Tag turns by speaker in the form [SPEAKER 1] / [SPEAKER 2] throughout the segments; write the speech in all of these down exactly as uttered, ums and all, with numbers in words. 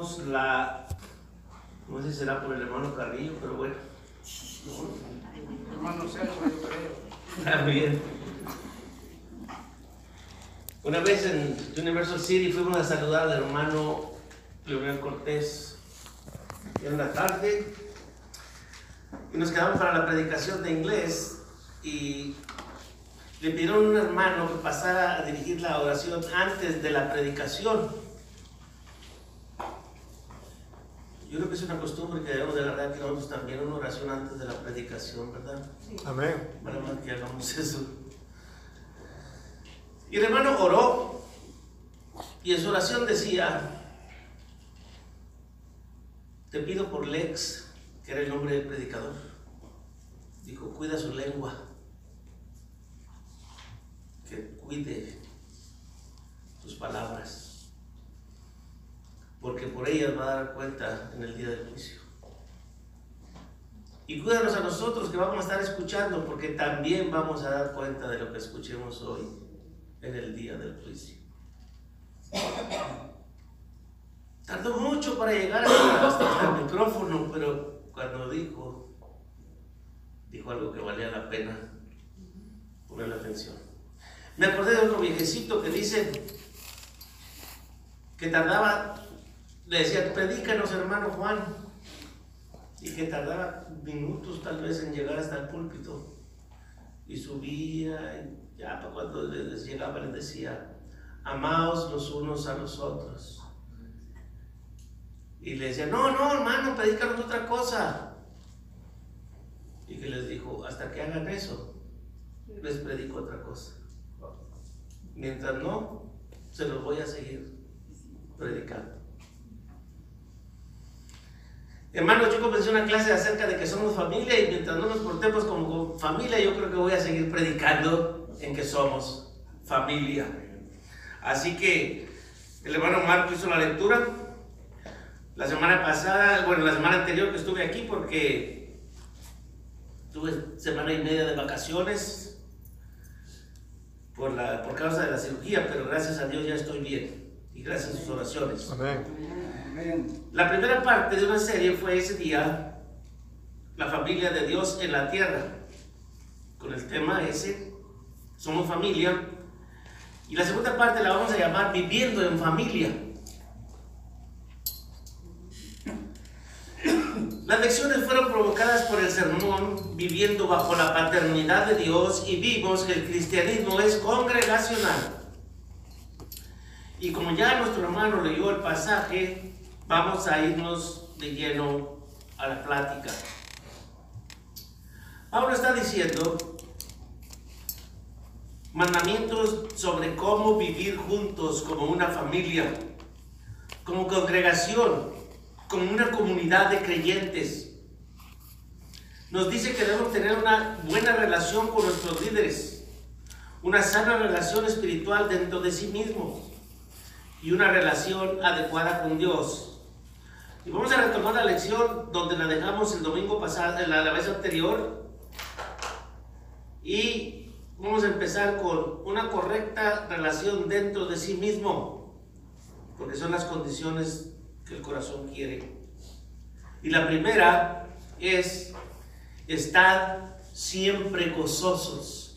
[SPEAKER 1] hermanos, la, no sé si será por el hermano Carrillo, pero bueno.
[SPEAKER 2] Hermano Sergio, yo creo.
[SPEAKER 1] También. Una vez en Universal City fuimos a saludar al hermano Leonel Cortés. Era una tarde y nos quedamos para la predicación de inglés y le pidieron a un hermano que pasara a dirigir la oración antes de la predicación. Yo creo que es una costumbre que debemos de agarrar que nosotros también una oración antes de la predicación, ¿verdad?
[SPEAKER 3] Sí. Amén.
[SPEAKER 1] Para que hagamos eso. Y el hermano oró y en su oración decía: te pido por Lex, que era el nombre del predicador. Dijo: cuida su lengua, que cuide sus palabras, porque por ellas va a dar cuenta en el día del juicio. Y cuídanos a nosotros que vamos a estar escuchando, porque también vamos a dar cuenta de lo que escuchemos hoy en el día del juicio. Tardó mucho para llegar hasta el micrófono, pero cuando dijo, dijo algo que valía la pena ponerle atención. Me acordé de otro viejecito que dice que tardaba, le decía: predícanos, hermano Juan, y que tardaba minutos tal vez en llegar hasta el púlpito, y subía, y ya para cuando les llegaba les decía: amaos los unos a los otros. Y le decía: no, no, hermano, predícanos otra cosa. Y que les dijo: hasta que hagan eso, les predico otra cosa. Mientras no, se los voy a seguir predicando. Hermanos, yo comencé una clase acerca de que somos familia, y mientras no nos portemos como familia, yo creo que voy a seguir predicando en que somos familia. Así que el hermano Marco hizo la lectura. La semana pasada, bueno, la semana anterior que estuve aquí, porque tuve semana y media de vacaciones por, la, por causa de la cirugía, pero gracias a Dios ya estoy bien, y gracias a sus oraciones.
[SPEAKER 3] Amén.
[SPEAKER 1] La primera parte de una serie fue ese día, la familia de Dios en la tierra, con el tema ese, somos familia. Y la segunda parte la vamos a llamar viviendo en familia. Las lecciones fueron provocadas por el sermón Viviendo bajo la paternidad de Dios, y vimos que el cristianismo es congregacional. Y como ya nuestro hermano leyó el pasaje, vamos a irnos de lleno a la plática. Pablo está diciendo mandamientos sobre cómo vivir juntos como una familia, como congregación, como una comunidad de creyentes. Nos dice que debemos tener una buena relación con nuestros líderes, una sana relación espiritual dentro de sí mismos y una relación adecuada con Dios. Y vamos a retomar la lección donde la dejamos el domingo pasado, en la, la vez anterior, y vamos a empezar con una correcta relación dentro de sí mismo, porque son las condiciones que el corazón quiere. Y la primera es: estar siempre gozosos.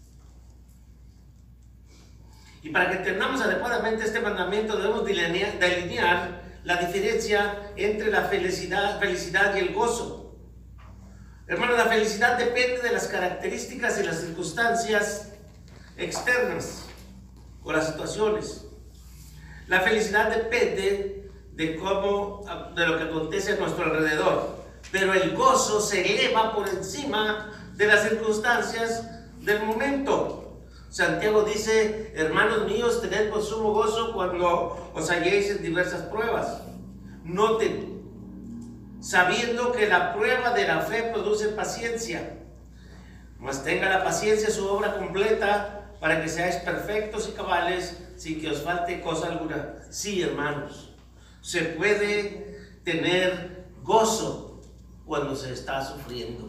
[SPEAKER 1] Y para que entendamos adecuadamente este mandamiento, debemos delinear, delinear la diferencia entre la felicidad, felicidad y el gozo. Hermano, la felicidad depende de las características y las circunstancias externas o las situaciones. La felicidad depende de cómo, de lo que acontece a nuestro alrededor, pero el gozo se eleva por encima de las circunstancias del momento. Santiago dice: hermanos míos, tened por sumo gozo cuando os halléis en diversas pruebas. Noten, sabiendo que la prueba de la fe produce paciencia, mas tenga la paciencia su obra completa, para que seáis perfectos y cabales, sin que os falte cosa alguna. Sí, hermanos, se puede tener gozo cuando se está sufriendo.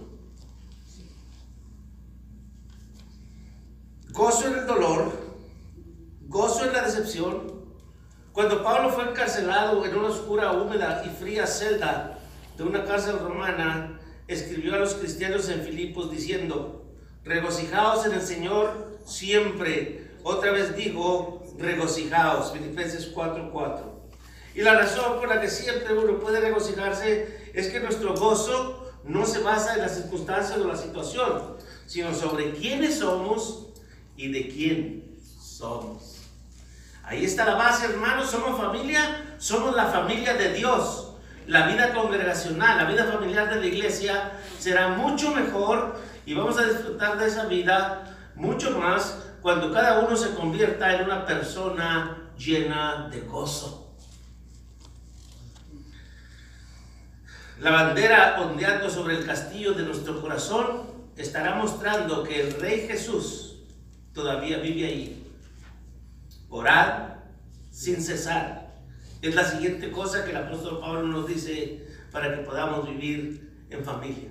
[SPEAKER 1] Gozo en el dolor, gozo en la decepción, Cuando Pablo fue encarcelado en una oscura, húmeda y fría celda de una cárcel romana, escribió a los cristianos en Filipos diciendo: regocijaos en el Señor siempre. Otra vez digo, regocijaos. Filipenses cuatro cuatro. Y la razón por la que siempre uno puede regocijarse es que nuestro gozo no se basa en las circunstancias o la situación, sino sobre quiénes somos y de quién somos. Ahí está la base, hermanos. Somos familia, somos la familia de Dios. La vida congregacional, la vida familiar de la iglesia será mucho mejor y vamos a disfrutar de esa vida mucho más cuando cada uno se convierta en una persona llena de gozo. La bandera ondeando sobre el castillo de nuestro corazón estará mostrando que el Rey Jesús todavía vive ahí. Orad sin cesar. Es la siguiente cosa que el apóstol Pablo nos dice para que podamos vivir en familia.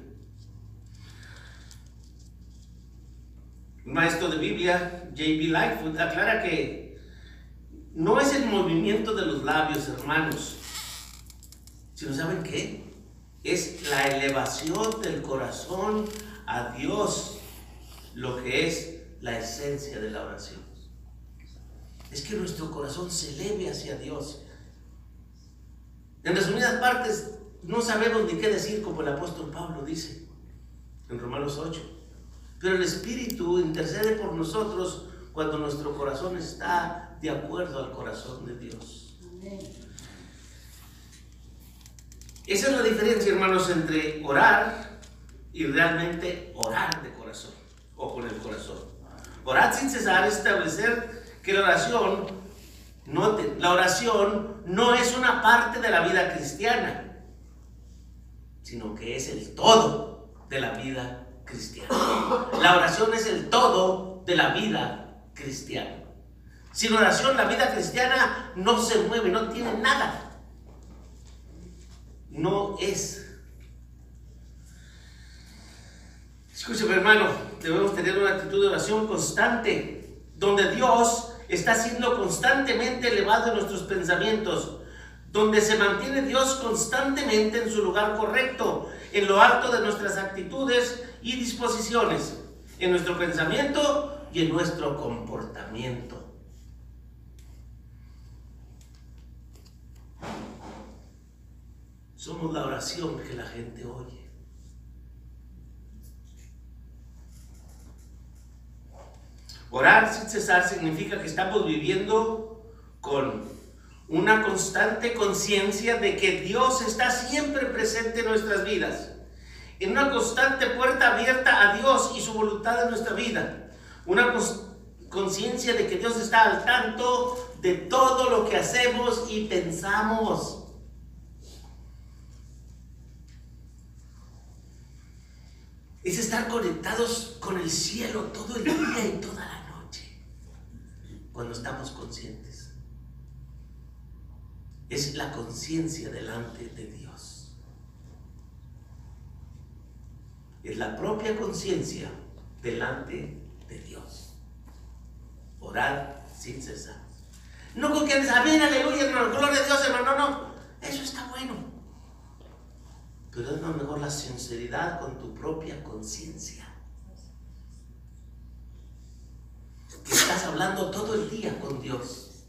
[SPEAKER 1] Un maestro de Biblia, J B Lightfoot, aclara que no es el movimiento de los labios, hermanos, sino ¿saben qué? Es la elevación del corazón a Dios lo que es la esencia de la oración. Es que nuestro corazón se eleve hacia Dios. En resumidas partes, no sabemos ni qué decir, como el apóstol Pablo dice en Romanos ocho. Pero el Espíritu intercede por nosotros cuando nuestro corazón está de acuerdo al corazón de Dios. Esa es la diferencia, hermanos, entre orar y realmente orar de corazón o con el corazón. Orar sin cesar es establecer que la oración, noten, la oración no es una parte de la vida cristiana, sino que es el todo de la vida cristiana. La oración es el todo de la vida cristiana. Sin oración la vida cristiana no se mueve, no tiene nada. No es. Escúchame, hermano, debemos tener una actitud de oración constante, donde Dios está siendo constantemente elevado en nuestros pensamientos, donde se mantiene Dios constantemente en su lugar correcto, en lo alto de nuestras actitudes y disposiciones, en nuestro pensamiento y en nuestro comportamiento. Somos la oración que la gente oye. Orar sin cesar significa que estamos viviendo con una constante conciencia de que Dios está siempre presente en nuestras vidas, en una constante puerta abierta a Dios y su voluntad en nuestra vida, una conciencia de que Dios está al tanto de todo lo que hacemos y pensamos. Es estar conectados con el cielo todo el día y toda la noche, cuando estamos conscientes. Es la conciencia delante de Dios. Es la propia conciencia delante de Dios. Orar sin cesar. No con que amén, aleluya, hermano, gloria a Dios, hermano, no, no. Eso está bueno. Pero es lo mejor la sinceridad con tu propia conciencia. Que estás hablando todo el día con Dios.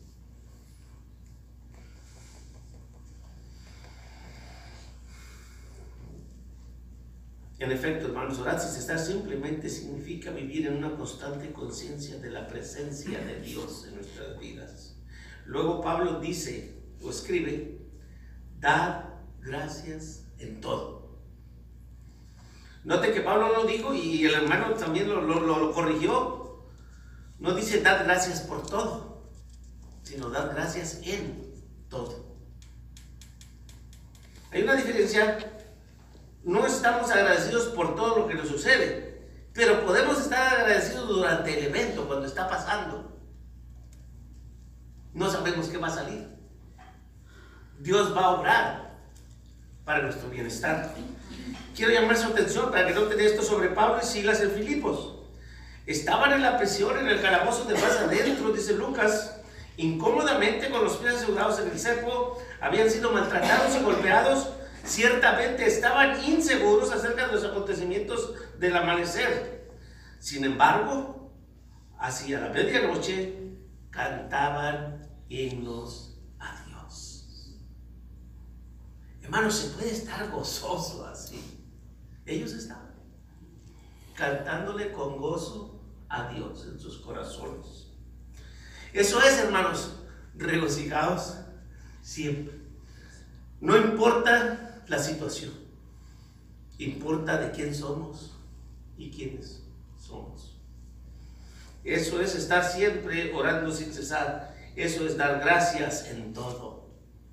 [SPEAKER 1] En efecto, hermanos, orar sin cesar simplemente significa vivir en una constante conciencia de la presencia de Dios en nuestras vidas. Luego Pablo dice o escribe: dad gracias en todo. Note que Pablo no dijo, y el hermano también lo, lo, lo corrigió, no dice dad gracias por todo, sino dad gracias en todo. Hay una diferencia. No estamos agradecidos por todo lo que nos sucede, pero podemos estar agradecidos durante el evento, cuando está pasando. No sabemos qué va a salir. Dios va a obrar para nuestro bienestar. Quiero llamar su atención para que noten esto sobre Pablo y Silas en Filipos. Estaban en la prisión, en el calabozo de más adentro, dice Lucas, incómodamente con los pies asegurados en el cepo, habían sido maltratados y golpeados, ciertamente estaban inseguros acerca de los acontecimientos del amanecer. Sin embargo, hacia la medianoche cantaban himnos a Dios. Hermanos, se puede estar gozoso así. Ellos estaban cantándole con gozo a Dios en sus corazones. Eso es, hermanos, regocijados siempre. No importa la situación, importa de quién somos y quiénes somos. Eso es estar siempre orando sin cesar. Eso es dar gracias en todo.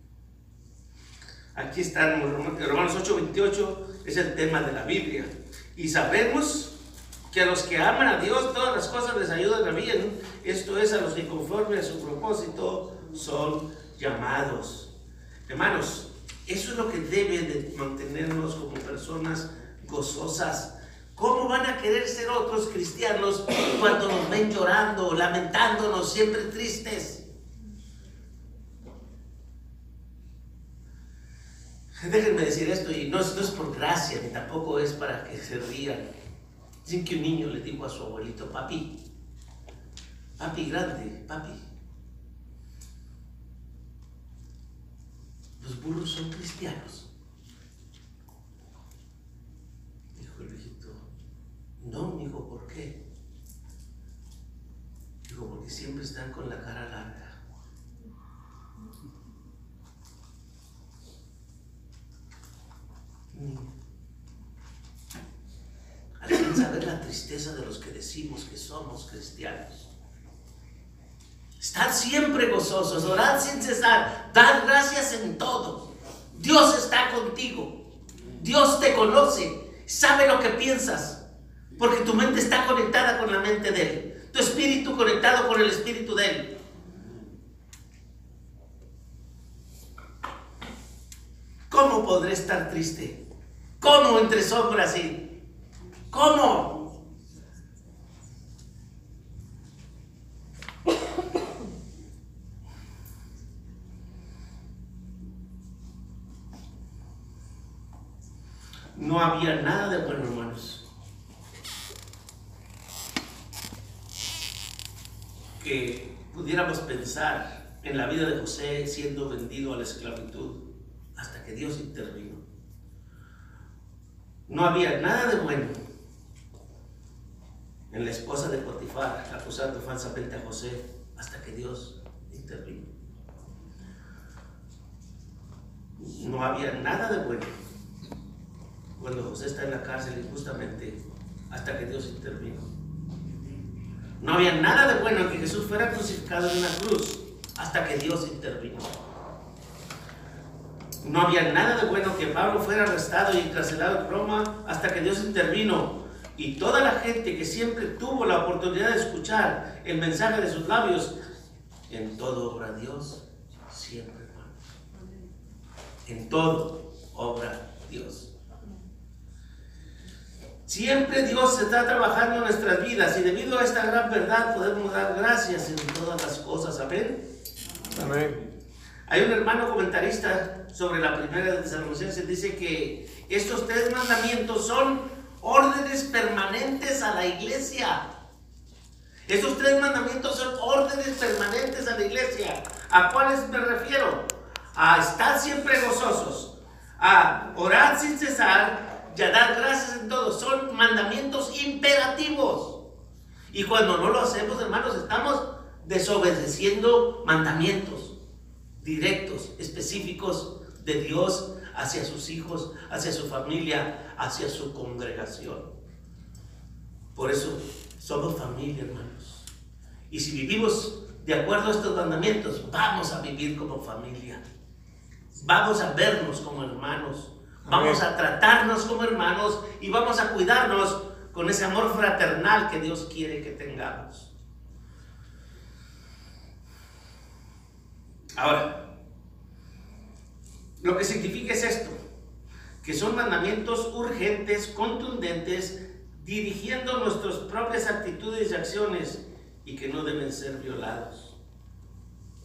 [SPEAKER 1] Aquí está en Romanos ocho veintiocho, es el tema de la Biblia. Y sabemos que a los que aman a Dios todas las cosas les ayudan a bien. Esto es, a los que conforme a su propósito son llamados. Hermanos, eso es lo que debe de mantenernos como personas gozosas. ¿Cómo van a querer ser otros cristianos cuando nos ven llorando, lamentándonos, siempre tristes? Déjenme decir esto, y no es, no es por gracia, ni tampoco es para que se rían. Dicen que un niño le dijo a su abuelito: papi, papi grande, papi, los burros son cristianos. Dijo el viejito: no, mijo, ¿por qué? Dijo: porque siempre están con la cara larga. Al fin saber la tristeza de los que decimos que somos cristianos. Estad siempre gozosos, orad sin cesar, dad gracias en todo. Dios está contigo. Dios te conoce, sabe lo que piensas, porque tu mente está conectada con la mente de Él, tu espíritu conectado con el espíritu de Él. ¿Cómo podré estar triste? ¿Cómo entre sombras y cómo? No había nada de bueno, hermanos, que pudiéramos pensar en la vida de José siendo vendido a la esclavitud hasta que Dios intervino. No había nada de bueno en la esposa de Potifar acusando falsamente a José hasta que Dios intervino. No había nada de bueno cuando José está en la cárcel injustamente hasta que Dios intervino. No había nada de bueno en que Jesús fuera crucificado en una cruz hasta que Dios intervino. No había nada de bueno que Pablo fuera arrestado y encarcelado en Roma hasta que Dios intervino. Y toda la gente que siempre tuvo la oportunidad de escuchar el mensaje de sus labios, en todo obra Dios, siempre, hermano. En todo obra Dios. Siempre Dios está trabajando en nuestras vidas, y debido a esta gran verdad podemos dar gracias en todas las cosas. Amén.
[SPEAKER 2] Amén.
[SPEAKER 1] Hay un hermano comentarista sobre la primera de Tesalonicenses, dice que estos tres mandamientos son órdenes permanentes a la iglesia. Estos tres mandamientos son órdenes permanentes a la iglesia. ¿A cuáles me refiero? A estar siempre gozosos, a orar sin cesar y a dar gracias en todo. Son mandamientos imperativos. Y cuando no lo hacemos, hermanos, estamos desobedeciendo mandamientos directos, específicos de Dios hacia sus hijos, hacia su familia, hacia su congregación. Por eso somos familia, hermanos. Y si vivimos de acuerdo a estos mandamientos, vamos a vivir como familia. Vamos a vernos como hermanos. Vamos a tratarnos como hermanos y vamos a cuidarnos con ese amor fraternal que Dios quiere que tengamos. Ahora, lo que significa es esto, que son mandamientos urgentes, contundentes, dirigiendo nuestras propias actitudes y acciones, y que no deben ser violados.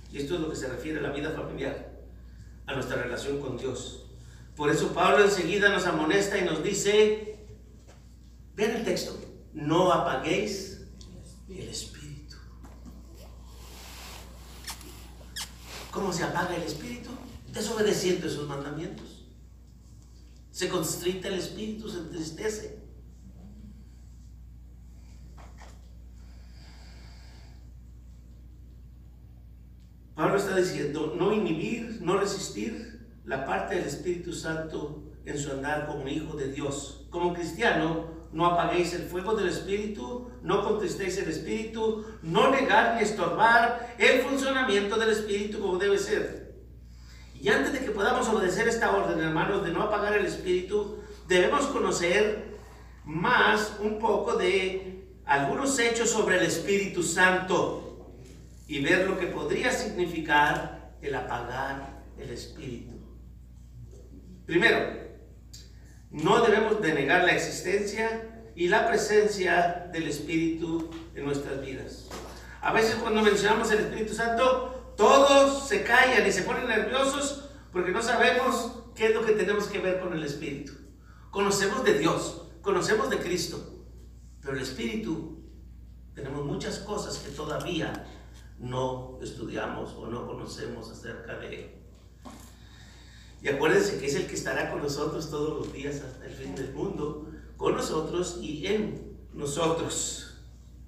[SPEAKER 1] Y esto es lo que se refiere a la vida familiar, a nuestra relación con Dios. Por eso Pablo enseguida nos amonesta y nos dice, vean el texto, no apaguéis el espíritu. ¿Cómo se apaga el espíritu? Desobedeciendo sus mandamientos. Se constrita el espíritu, se entristece. Pablo está diciendo, no inhibir, no resistir la parte del Espíritu Santo en su andar como hijo de Dios. Como cristiano, no apaguéis el fuego del Espíritu, no contristéis el Espíritu, no negar ni estorbar el funcionamiento del Espíritu como debe ser. Y antes de que podamos obedecer esta orden, hermanos, de no apagar el Espíritu, debemos conocer más un poco de algunos hechos sobre el Espíritu Santo y ver lo que podría significar el apagar el Espíritu. Primero, no debemos de negar la existencia y la presencia del Espíritu en nuestras vidas. A veces cuando mencionamos el Espíritu Santo, todos se callan y se ponen nerviosos porque no sabemos qué es lo que tenemos que ver con el Espíritu. Conocemos de Dios, conocemos de Cristo, pero el Espíritu, tenemos muchas cosas que todavía no estudiamos o no conocemos acerca de él. Y acuérdense que es el que estará con nosotros todos los días hasta el fin del mundo, con nosotros y en nosotros.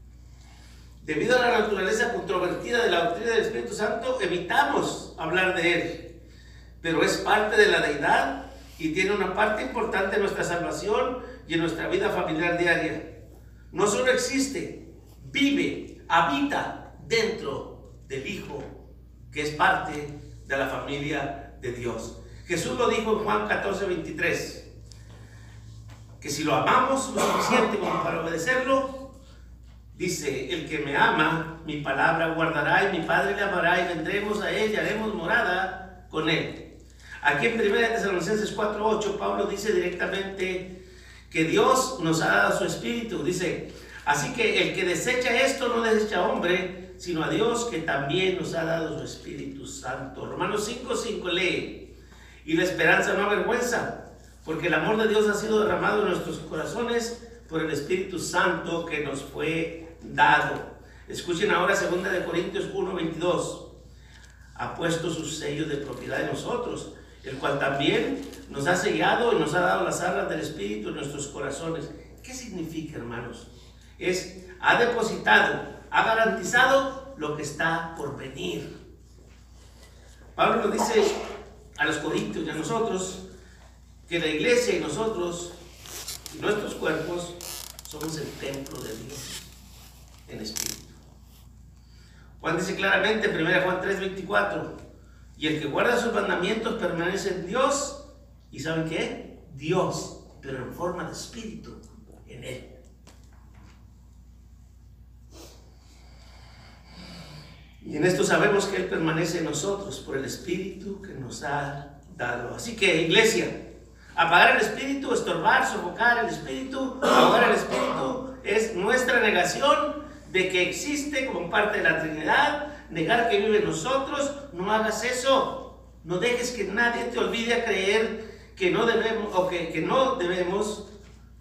[SPEAKER 1] Debido a la naturaleza controvertida de la doctrina del Espíritu Santo, evitamos hablar de él, pero es parte de la deidad y tiene una parte importante en nuestra salvación y en nuestra vida familiar diaria. No solo existe, vive, habita dentro del Hijo, que es parte de la familia de Dios. Jesús lo dijo en Juan catorce, veintitrés, que si lo amamos lo suficiente como para obedecerlo, dice, el que me ama, mi palabra guardará y mi Padre le amará y vendremos a él y haremos morada con él. Aquí en primera de Tesalonicenses cuatro, ocho, Pablo dice directamente que Dios nos ha dado su Espíritu. Dice, así que el que desecha esto no desecha a hombre, sino a Dios, que también nos ha dado su Espíritu Santo. Romanos cinco, cinco lee, y la esperanza no avergüenza, porque el amor de Dios ha sido derramado en nuestros corazones por el Espíritu Santo que nos fue dado. Escuchen ahora segunda de Corintios uno, veintidós. Ha puesto sus sellos de propiedad en nosotros, el cual también nos ha sellado y nos ha dado las arras del Espíritu en nuestros corazones. ¿Qué significa, hermanos? Es, ha depositado, ha garantizado lo que está por venir. Pablo nos dice a los corintios y a nosotros que la iglesia y nosotros y nuestros cuerpos somos el templo de Dios en espíritu. Juan dice claramente en primera Juan tres, veinticuatro, y el que guarda sus mandamientos permanece en Dios, y ¿saben qué? Dios, pero en forma de espíritu en él. Y en esto sabemos que Él permanece en nosotros por el Espíritu que nos ha dado. Así que, iglesia, apagar el Espíritu, estorbar, sofocar el Espíritu, ahogar el Espíritu, es nuestra negación de que existe como parte de la Trinidad, negar que vive en nosotros. No hagas eso. No dejes que nadie te olvide a creer que no debemos, o que, que no debemos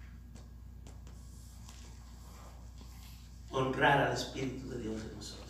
[SPEAKER 1] honrar al Espíritu de Dios en nosotros.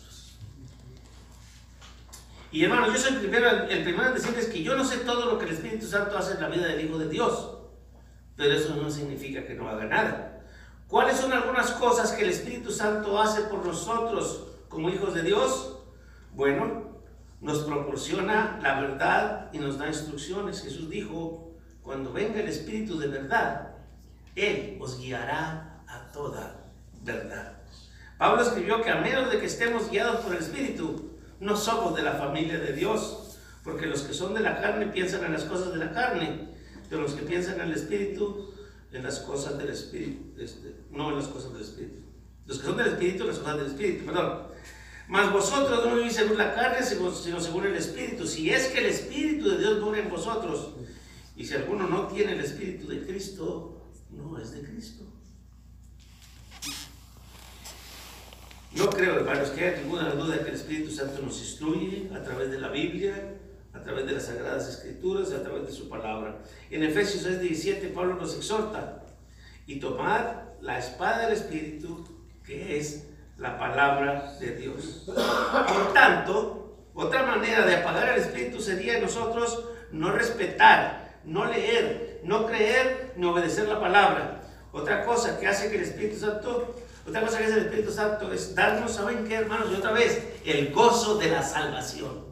[SPEAKER 1] Y hermanos, yo soy el primero, el primero en decirles que yo no sé todo lo que el Espíritu Santo hace en la vida del Hijo de Dios, pero eso no significa que no haga nada. ¿Cuáles son algunas cosas que el Espíritu Santo hace por nosotros como hijos de Dios? Bueno, nos proporciona la verdad y nos da instrucciones. Jesús dijo, cuando venga el Espíritu de verdad, Él os guiará a toda verdad. Pablo escribió que a menos de que estemos guiados por el Espíritu, no somos de la familia de Dios, porque los que son de la carne piensan en las cosas de la carne, pero los que piensan en el Espíritu, en las cosas del Espíritu, este, no en las cosas del Espíritu. Los que son del Espíritu, en las cosas del Espíritu, perdón. Mas vosotros no vivís según la carne, sino según el Espíritu. Si es que el Espíritu de Dios mora en vosotros, y si alguno no tiene el Espíritu de Cristo, no es de Cristo. No creo, hermanos, que haya ninguna duda que el Espíritu Santo nos instruye a través de la Biblia, a través de las Sagradas Escrituras, a través de su palabra. En Efesios seis diecisiete, Pablo nos exhorta: y tomad la espada del Espíritu, que es la palabra de Dios. Por tanto, otra manera de apagar el Espíritu sería en nosotros no respetar, no leer, no creer, ni obedecer la palabra. Otra cosa que hace que el Espíritu Santo, otra cosa que hace el Espíritu Santo es darnos, ¿saben qué, hermanos? Y otra vez, el gozo de la salvación.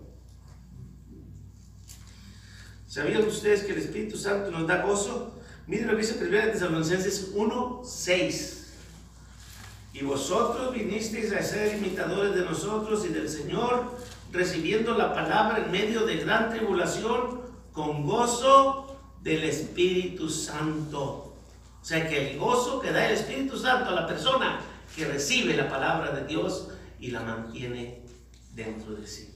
[SPEAKER 1] ¿Sabían ustedes que el Espíritu Santo nos da gozo? Miren lo que dice primera Tesalonicenses uno seis. Y vosotros vinisteis a ser imitadores de nosotros y del Señor, recibiendo la palabra en medio de gran tribulación, con gozo del Espíritu Santo. O sea que el gozo que da el Espíritu Santo a la persona que recibe la palabra de Dios y la mantiene dentro de sí.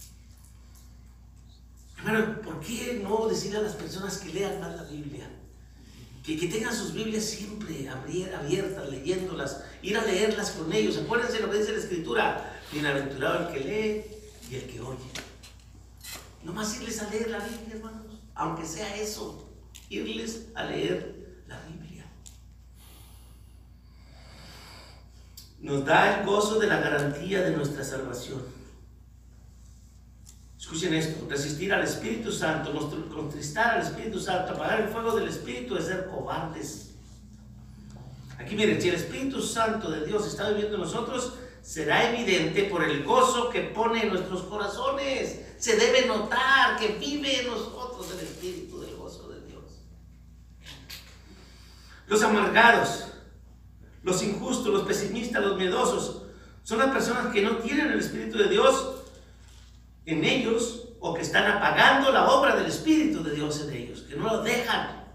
[SPEAKER 1] Hermano, ¿por qué no decirle a las personas que lean más la Biblia? Que, que tengan sus Biblias siempre abiertas, leyéndolas, ir a leerlas con ellos. Acuérdense lo que dice la Escritura: bienaventurado el que lee y el que oye. No más irles a leer la Biblia, hermanos, aunque sea eso, irles a leer la Biblia. Nos da el gozo de la garantía de nuestra salvación. Escuchen esto: resistir al Espíritu Santo, contristar al Espíritu Santo, apagar el fuego del Espíritu es ser cobardes. Aquí miren, si el Espíritu Santo de Dios está viviendo en nosotros, será evidente por el gozo que pone en nuestros corazones. Se debe notar que vive en nosotros el Espíritu del gozo de Dios. Los amargados, los injustos, los pesimistas, los miedosos, son las personas que no tienen el Espíritu de Dios en ellos, o que están apagando la obra del Espíritu de Dios en ellos, que no lo dejan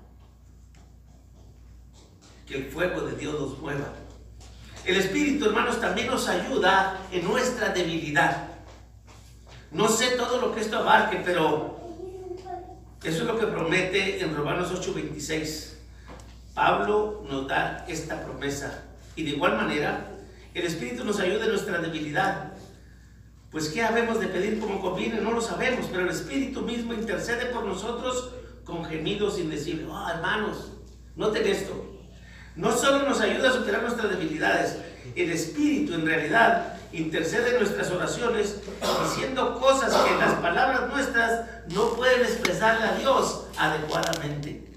[SPEAKER 1] que el fuego de Dios los mueva. El Espíritu, hermanos, también nos ayuda en nuestra debilidad. No sé todo lo que esto abarque, pero eso es lo que promete en Romanos ocho veintiséis. Pablo nos da esta promesa, y de igual manera el Espíritu nos ayuda en nuestra debilidad. Pues ¿qué habemos de pedir como conviene? No lo sabemos, pero el Espíritu mismo intercede por nosotros con gemidos indecibles. Oh, hermanos, noten esto. No solo nos ayuda a superar nuestras debilidades, el Espíritu en realidad intercede en nuestras oraciones, diciendo cosas que las palabras nuestras no pueden expresarle a Dios adecuadamente.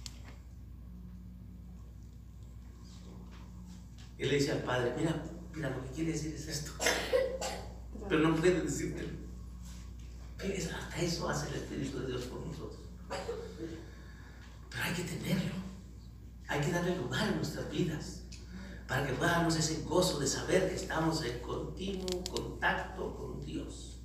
[SPEAKER 1] Él le dice al Padre: mira, mira, lo que quiere decir es esto. Pero no puede decirte. Hasta eso hace el Espíritu de Dios por nosotros. Pero hay que tenerlo. Hay que darle lugar en nuestras vidas para que podamos ese gozo de saber que estamos en continuo contacto con Dios.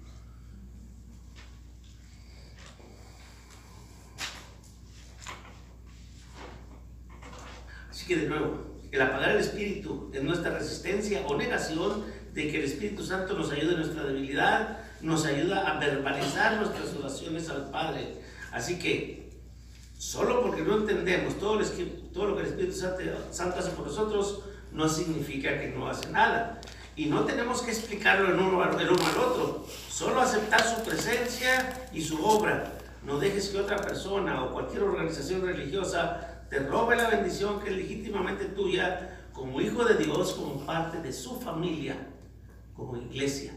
[SPEAKER 1] Así que de nuevo, el apagar el Espíritu es nuestra resistencia o negación de que el Espíritu Santo nos ayude en nuestra debilidad, nos ayuda a verbalizar nuestras oraciones al Padre. Así que, solo porque no entendemos todo, el, todo lo que el Espíritu Santo, Santo hace por nosotros, no significa que no hace nada. Y no tenemos que explicarlo el uno, el uno al otro, solo aceptar su presencia y su obra. No dejes que otra persona o cualquier organización religiosa te robe la bendición que es legítimamente tuya como hijo de Dios, como parte de su familia, como iglesia.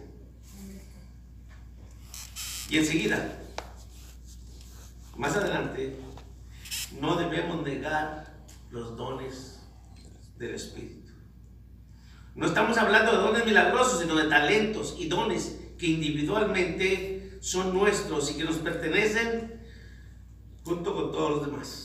[SPEAKER 1] Y enseguida, más adelante, no debemos negar los dones del Espíritu. No estamos hablando de dones milagrosos, sino de talentos y dones que individualmente son nuestros y que nos pertenecen junto con todos los demás.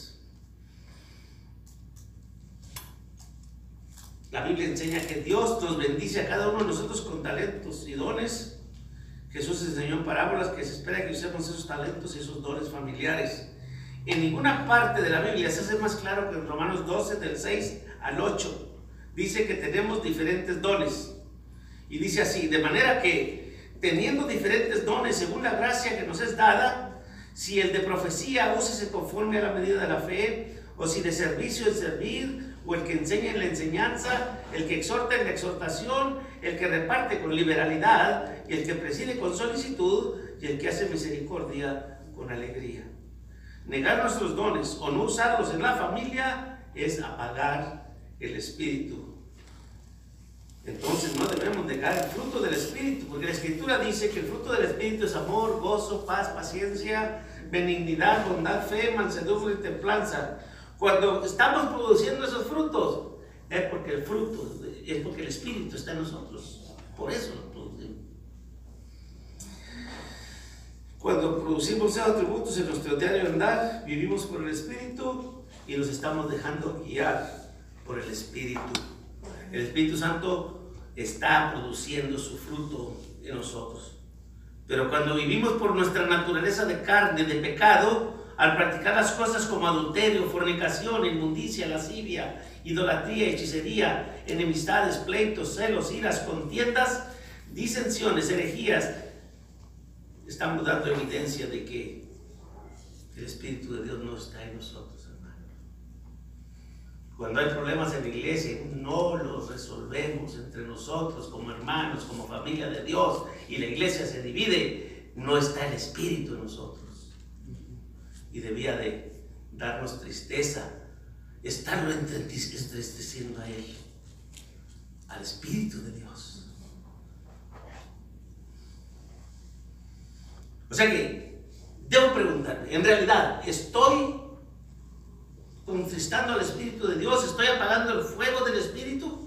[SPEAKER 1] La Biblia enseña que Dios nos bendice a cada uno de nosotros con talentos y dones. Jesús enseñó en parábolas que se espera que usemos esos talentos y esos dones familiares. En ninguna parte de la Biblia se hace más claro que en Romanos doce, del seis al ocho. Dice que tenemos diferentes dones. Y dice así: de manera que, teniendo diferentes dones según la gracia que nos es dada, si el de profecía, úsese conforme a la medida de la fe, o si de servicio en servir, o el que enseña en la enseñanza, el que exhorta en la exhortación, el que reparte con liberalidad, y el que preside con solicitud, y el que hace misericordia con alegría. Negar nuestros dones o no usarlos en la familia es apagar el espíritu. Entonces no debemos negar el fruto del espíritu, porque la escritura dice que el fruto del espíritu es amor, gozo, paz, paciencia, benignidad, bondad, fe, mansedumbre y templanza. Cuando estamos produciendo esos frutos, es porque el fruto, es porque el espíritu está en nosotros. Por eso lo producimos. Cuando producimos esos atributos en nuestro diario andar, vivimos por el espíritu y nos estamos dejando guiar por el espíritu. El Espíritu Santo está produciendo su fruto en nosotros. Pero cuando vivimos por nuestra naturaleza de carne, de pecado, al practicar las cosas como adulterio, fornicación, inmundicia, lascivia, idolatría, hechicería, enemistades, pleitos, celos, iras, contiendas, disensiones, herejías, estamos dando evidencia de que el Espíritu de Dios no está en nosotros, hermano. Cuando hay problemas en la iglesia, no los resolvemos entre nosotros como hermanos, como familia de Dios, y la iglesia se divide, no está el Espíritu en nosotros. Y debía de darnos tristeza, estarlo entristeciendo a Él, al Espíritu de Dios. O sea que, debo preguntarme, en realidad, ¿estoy contristando al Espíritu de Dios? ¿Estoy apagando el fuego del Espíritu?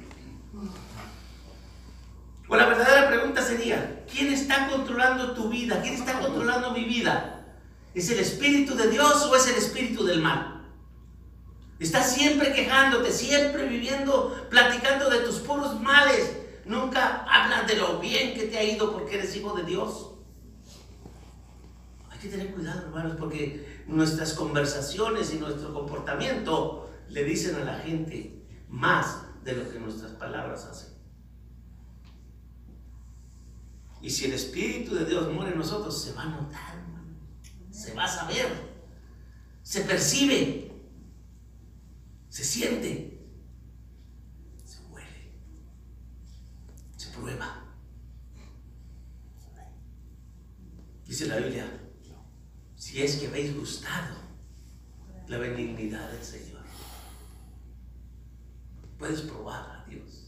[SPEAKER 1] O la verdadera pregunta sería, ¿quién está controlando tu vida? ¿Quién está controlando mi vida? ¿Es el Espíritu de Dios o es el espíritu del mal? ¿Estás siempre quejándote, siempre viviendo, platicando de tus puros males? ¿Nunca hablas de lo bien que te ha ido porque eres hijo de Dios? Hay que tener cuidado, hermanos, porque nuestras conversaciones y nuestro comportamiento le dicen a la gente más de lo que nuestras palabras hacen. Y si el Espíritu de Dios muere en nosotros, se va a notar, hermano. Se va a saber, se percibe, se siente, se huele, se prueba. Dice la Biblia, si es que habéis gustado la benignidad del Señor, puedes probar a Dios.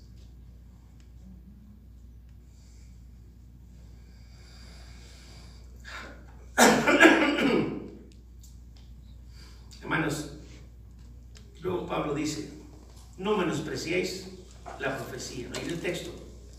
[SPEAKER 1] Hermanos, luego Pablo dice, no menospreciéis la profecía. Ahí en el texto.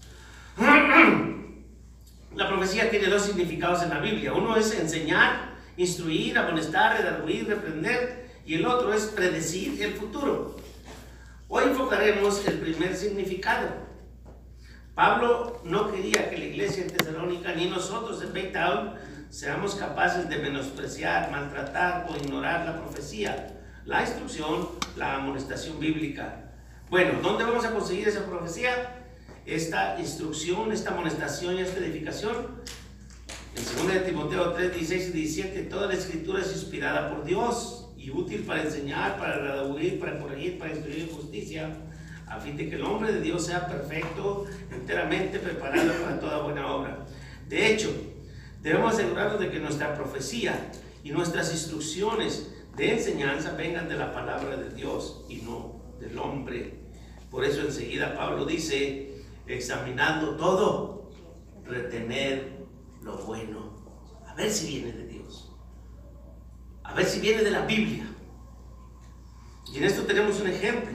[SPEAKER 1] La profecía tiene dos significados en la Biblia. Uno es enseñar, instruir, amonestar, redarguir, reprender, y el otro es predecir el futuro. Hoy enfocaremos el primer significado. Pablo no quería que la iglesia en Tesalónica ni nosotros en Baytown seamos capaces de menospreciar, maltratar o ignorar la profecía, la instrucción, la amonestación bíblica. Bueno, ¿dónde vamos a conseguir esa profecía? Esta instrucción, esta amonestación y esta edificación. En segunda de Timoteo tres, dieciséis y diecisiete, toda la escritura es inspirada por Dios y útil para enseñar, para redarguir, para corregir, para instruir en justicia, a fin de que el hombre de Dios sea perfecto, enteramente preparado para toda buena obra. De hecho, debemos asegurarnos de que nuestra profecía y nuestras instrucciones de enseñanza vengan de la palabra de Dios y no del hombre. Por eso enseguida Pablo dice, examinando todo, retener lo bueno. A ver si viene de Dios. A ver si viene de la Biblia. Y en esto tenemos un ejemplo.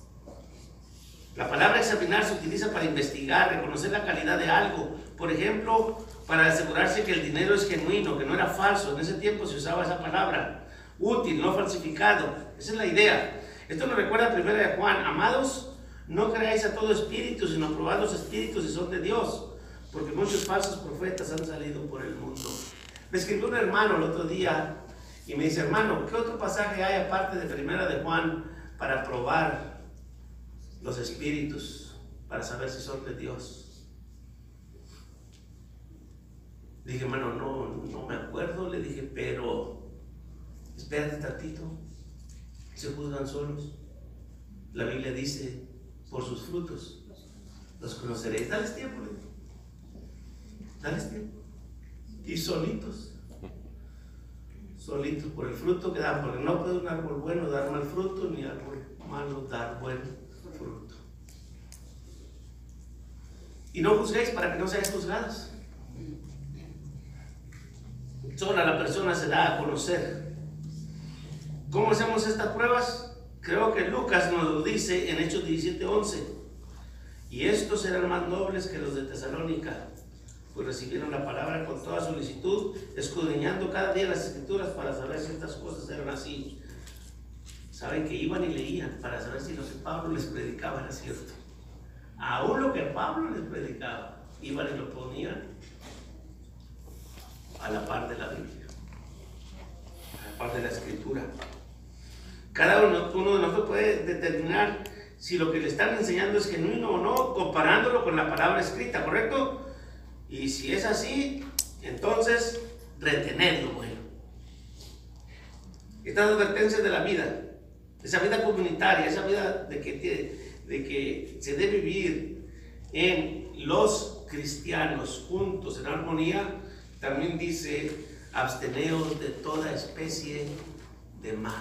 [SPEAKER 1] La palabra examinar se utiliza para investigar, reconocer la calidad de algo. Por ejemplo, para asegurarse que el dinero es genuino, que no era falso. En ese tiempo se usaba esa palabra. Útil, no falsificado. Esa es la idea. Esto nos recuerda a primera de Juan. Amados, no creáis a todo espíritu, sino probad los espíritus si son de Dios, porque muchos falsos profetas han salido por el mundo. Me escribió un hermano el otro día y me dice, hermano, ¿qué otro pasaje hay aparte de primera de Juan para probar los espíritus, para saber si son de Dios? Le dije, hermano, no, no me acuerdo. Le dije, pero espérate tantito, se juzgan solos. La Biblia dice, por sus frutos los conoceréis. Dales tiempo, le dijo. Dales tiempo. Y solitos. Solitos por el fruto que dan, porque no puede un árbol bueno dar mal fruto, ni árbol malo dar buen fruto. Y no juzguéis para que no seáis juzgados. Sola la persona se da a conocer. ¿Cómo hacemos estas pruebas? Creo que Lucas nos lo dice en Hechos diecisiete once. Y estos eran más nobles que los de Tesalónica, pues recibieron la palabra con toda solicitud, escudriñando cada día las escrituras para saber si estas cosas eran así. Saben que iban y leían para saber si lo que Pablo les predicaba era cierto. Aún lo que Pablo les predicaba, iban y lo ponían a la par de la Biblia, a la par de la Escritura. Cada uno, uno de nosotros puede determinar si lo que le están enseñando es genuino o no, comparándolo con la palabra escrita, ¿correcto? Y si es así, entonces retener lo bueno. Estas advertencias de la vida, esa vida comunitaria, esa vida de que, de que se debe vivir en los cristianos juntos en armonía, también dice: absteneos de toda especie de mal.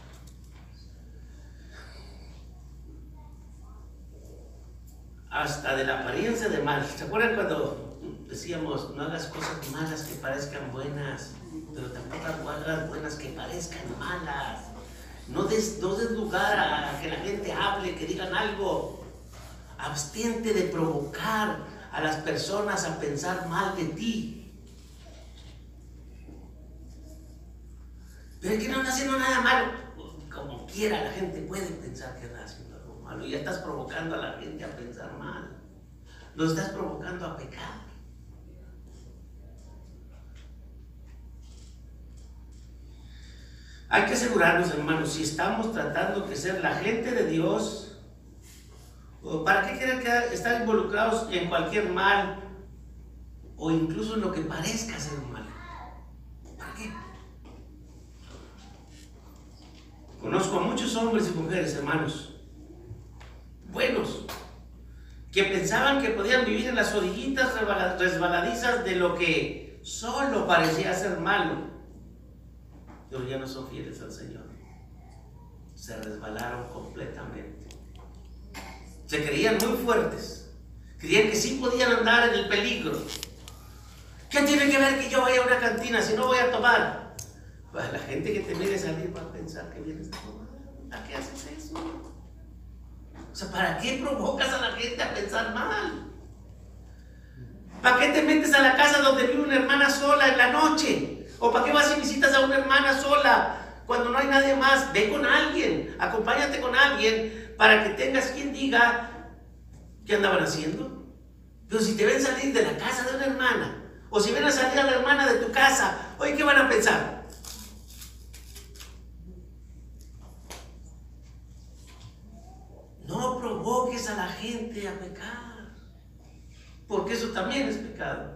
[SPEAKER 1] Hasta de la apariencia de mal. ¿Se acuerdan cuando decíamos: no hagas cosas malas que parezcan buenas, pero tampoco hagas buenas que parezcan malas? No des, no des lugar a que la gente hable, que digan algo. Abstente de provocar a las personas a pensar mal de ti. Pero es que no anda haciendo nada malo. Como quiera, la gente puede pensar que anda haciendo algo malo. Y ya estás provocando a la gente a pensar mal. Lo estás provocando a pecar. Hay que asegurarnos, hermanos, si estamos tratando de ser la gente de Dios, ¿para qué quieren estar involucrados en cualquier mal o incluso en lo que parezca ser un mal? ¿Para qué? Conozco a muchos hombres y mujeres, hermanos, buenos, que pensaban que podían vivir en las orillitas resbaladizas de lo que solo parecía ser malo, pero ya no son fieles al Señor. Se resbalaron completamente. Se creían muy fuertes. Creían que sí podían andar en el peligro. ¿Qué tiene que ver que yo vaya a una cantina si no voy a tomar? Pues la gente que te mire salir va a pensar que vienes a tomar. ¿Para qué haces eso? O sea, ¿para qué provocas a la gente a pensar mal? ¿Para qué te metes a la casa donde vive una hermana sola en la noche? ¿O para qué vas y visitas a una hermana sola cuando no hay nadie más? Ve con alguien, acompáñate con alguien para que tengas quien diga qué andaban haciendo. Pero si te ven salir de la casa de una hermana, o si ven a salir a la hermana de tu casa, oye, ¿qué van a pensar? No provoques a la gente a pecar, porque eso también es pecado.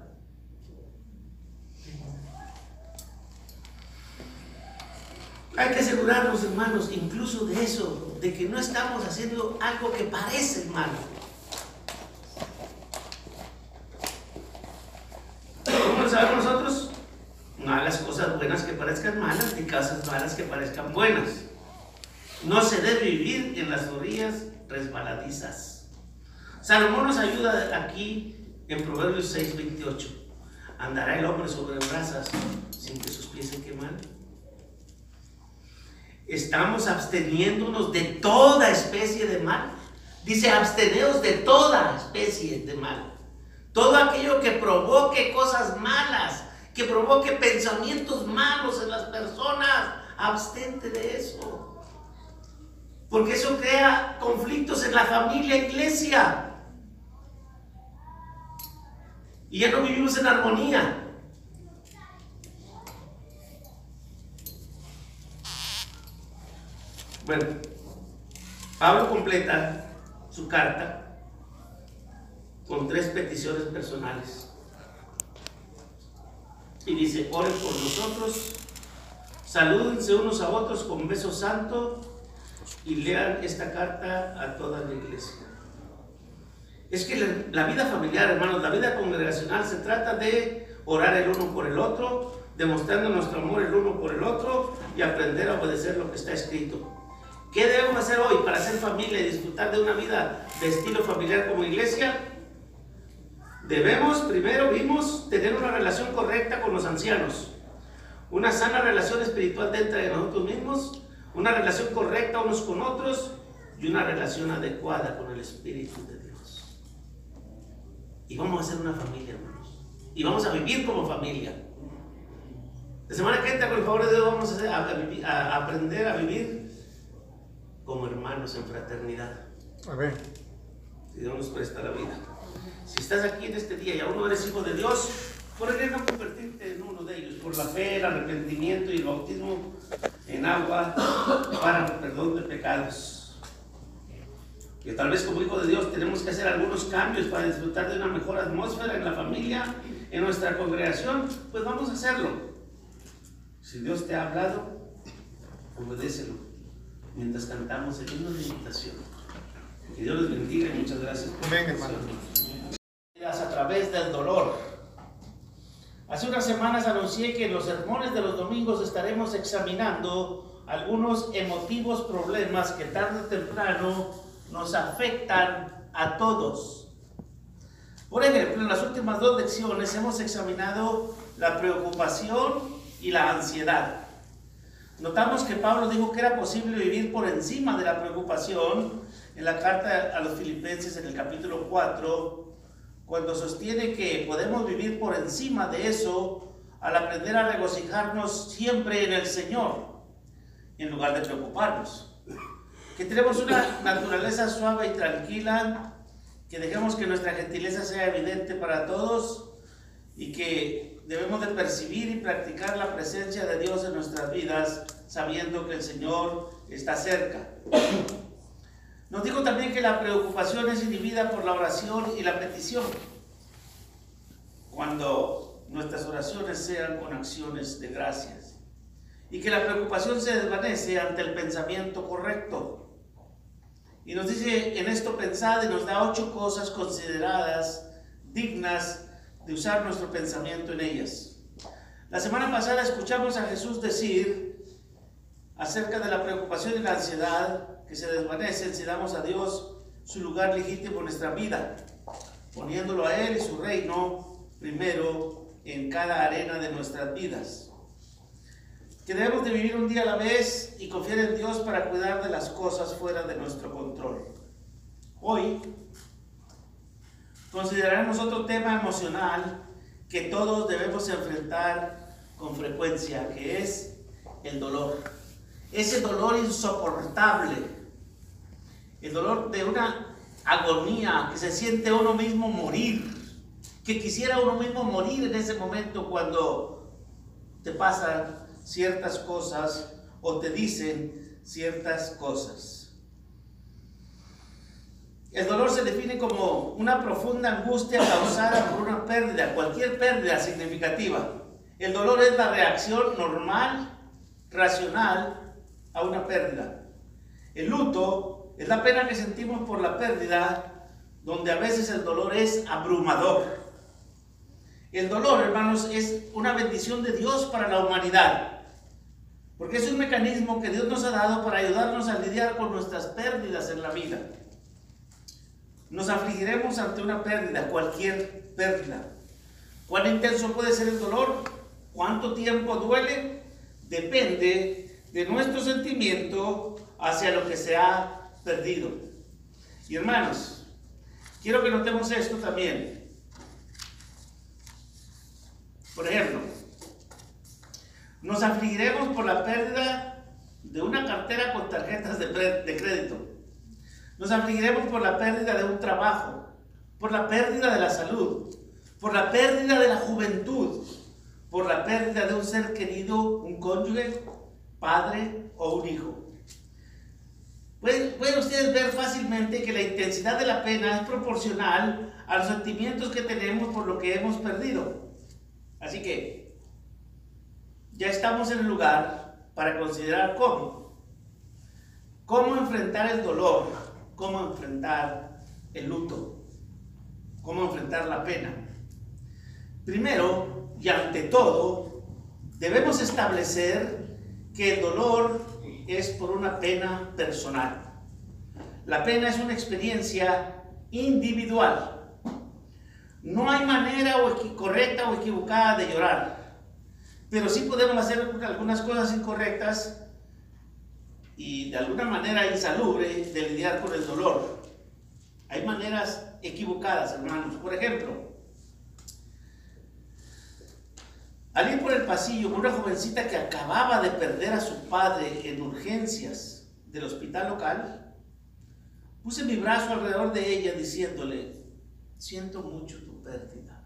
[SPEAKER 1] Hay que asegurarnos, hermanos, incluso de eso, de que no estamos haciendo algo que parece malo. ¿Cómo lo sabemos nosotros? No hagas cosas buenas que parezcan malas, ni cosas malas que parezcan buenas. No se debe vivir en las orillas resbaladizas. Salomón nos ayuda aquí en Proverbios seis veintiocho. ¿Andará el hombre sobre brasas sin que sus pies se queman? Estamos absteniéndonos de toda especie de mal. Dice: absteneos de toda especie de mal. Todo aquello que provoque cosas malas, que provoque pensamientos malos en las personas, abstente de eso. Porque eso crea conflictos en la familia, iglesia. Y ya no vivimos en armonía. Bueno, Pablo completa su carta con tres peticiones personales. Y dice: oren por nosotros, salúdense unos a otros con beso santo y lean esta carta a toda la iglesia. Es que la, la vida familiar, hermanos, la vida congregacional se trata de orar el uno por el otro, demostrando nuestro amor el uno por el otro y aprender a obedecer lo que está escrito. ¿Qué debemos hacer hoy para ser familia y disfrutar de una vida de estilo familiar como iglesia? Debemos, primero vimos, tener una relación correcta con los ancianos, una sana relación espiritual dentro de nosotros mismos, una relación correcta unos con otros y una relación adecuada con el Espíritu de Dios. Y vamos a ser una familia, hermanos, y vamos a vivir como familia. La semana que entra, con el favor de Dios, vamos a, hacer, a, a, a aprender a vivir como hermanos en fraternidad.
[SPEAKER 4] Amén.
[SPEAKER 1] Si Dios nos presta la vida. Si estás aquí en este día y aún no eres hijo de Dios, ¿por qué no convertirte en uno de ellos? Por la fe, el arrepentimiento y el bautismo en agua para el perdón de pecados. Que tal vez como hijo de Dios tenemos que hacer algunos cambios para disfrutar de una mejor atmósfera en la familia, en nuestra congregación, pues vamos a hacerlo. Si Dios te ha hablado, obedécelo mientras cantamos el himno de invitación. Que Dios les bendiga y muchas gracias por
[SPEAKER 4] Amén, hermano.
[SPEAKER 1] A través del dolor. Hace unas semanas anuncié que en los sermones de los domingos estaremos examinando algunos emotivos problemas que tarde o temprano nos afectan a todos. Por ejemplo, en las últimas dos lecciones hemos examinado la preocupación y la ansiedad. Notamos que Pablo dijo que era posible vivir por encima de la preocupación en la carta a los Filipenses en el capítulo cuatro, cuando sostiene que podemos vivir por encima de eso al aprender a regocijarnos siempre en el Señor, en lugar de preocuparnos. Que tenemos una naturaleza suave y tranquila, que dejemos que nuestra gentileza sea evidente para todos y que debemos de percibir y practicar la presencia de Dios en nuestras vidas, sabiendo que el Señor está cerca. Nos dijo también que la preocupación es inhibida por la oración y la petición, cuando nuestras oraciones sean con acciones de gracias, y que la preocupación se desvanece ante el pensamiento correcto. Y nos dice: en esto pensad, y nos da ocho cosas consideradas dignas de usar nuestro pensamiento en ellas. La semana pasada escuchamos a Jesús decir acerca de la preocupación y la ansiedad que se desvanecen si damos a Dios su lugar legítimo en nuestra vida, poniéndolo a Él y su reino primero en cada arena de nuestras vidas. Que debemos de vivir un día a la vez y confiar en Dios para cuidar de las cosas fuera de nuestro control. Hoy consideraremos otro tema emocional que todos debemos enfrentar con frecuencia, que es el dolor. Ese dolor insoportable. El dolor de una agonía, que se siente uno mismo morir, que quisiera uno mismo morir en ese momento cuando te pasan ciertas cosas o te dicen ciertas cosas. El dolor se define como una profunda angustia causada por una pérdida, cualquier pérdida significativa. El dolor es la reacción normal, racional a una pérdida. El luto es la pena que sentimos por la pérdida, donde a veces el dolor es abrumador. El dolor, hermanos, es una bendición de Dios para la humanidad, porque es un mecanismo que Dios nos ha dado para ayudarnos a lidiar con nuestras pérdidas en la vida. Nos afligiremos ante una pérdida, cualquier pérdida. ¿Cuán intenso puede ser el dolor? ¿Cuánto tiempo duele? Depende de nuestro sentimiento hacia lo que se ha perdido. Y hermanos, quiero que notemos esto también. Por ejemplo, nos afligiremos por la pérdida de una cartera con tarjetas de, de crédito. Nos afligiremos por la pérdida de un trabajo, por la pérdida de la salud, por la pérdida de la juventud, por la pérdida de un ser querido, un cónyuge, padre o un hijo. Pueden, pueden ustedes ver fácilmente que la intensidad de la pena es proporcional a los sentimientos que tenemos por lo que hemos perdido. Así que ya estamos en el lugar para considerar cómo. Cómo enfrentar el dolor, cómo enfrentar el luto. cómo enfrentar la pena. Primero y ante todo, debemos establecer que el dolor es por una pena personal. La pena es una experiencia individual. No hay manera o correcta o equivocada de llorar, pero sí podemos hacer algunas cosas incorrectas y de alguna manera insalubre de lidiar con el dolor. Hay maneras equivocadas, hermanos. Por ejemplo, al ir por el pasillo con una jovencita que acababa de perder a su padre en urgencias del hospital local, puse mi brazo alrededor de ella diciéndole: siento mucho tu pérdida.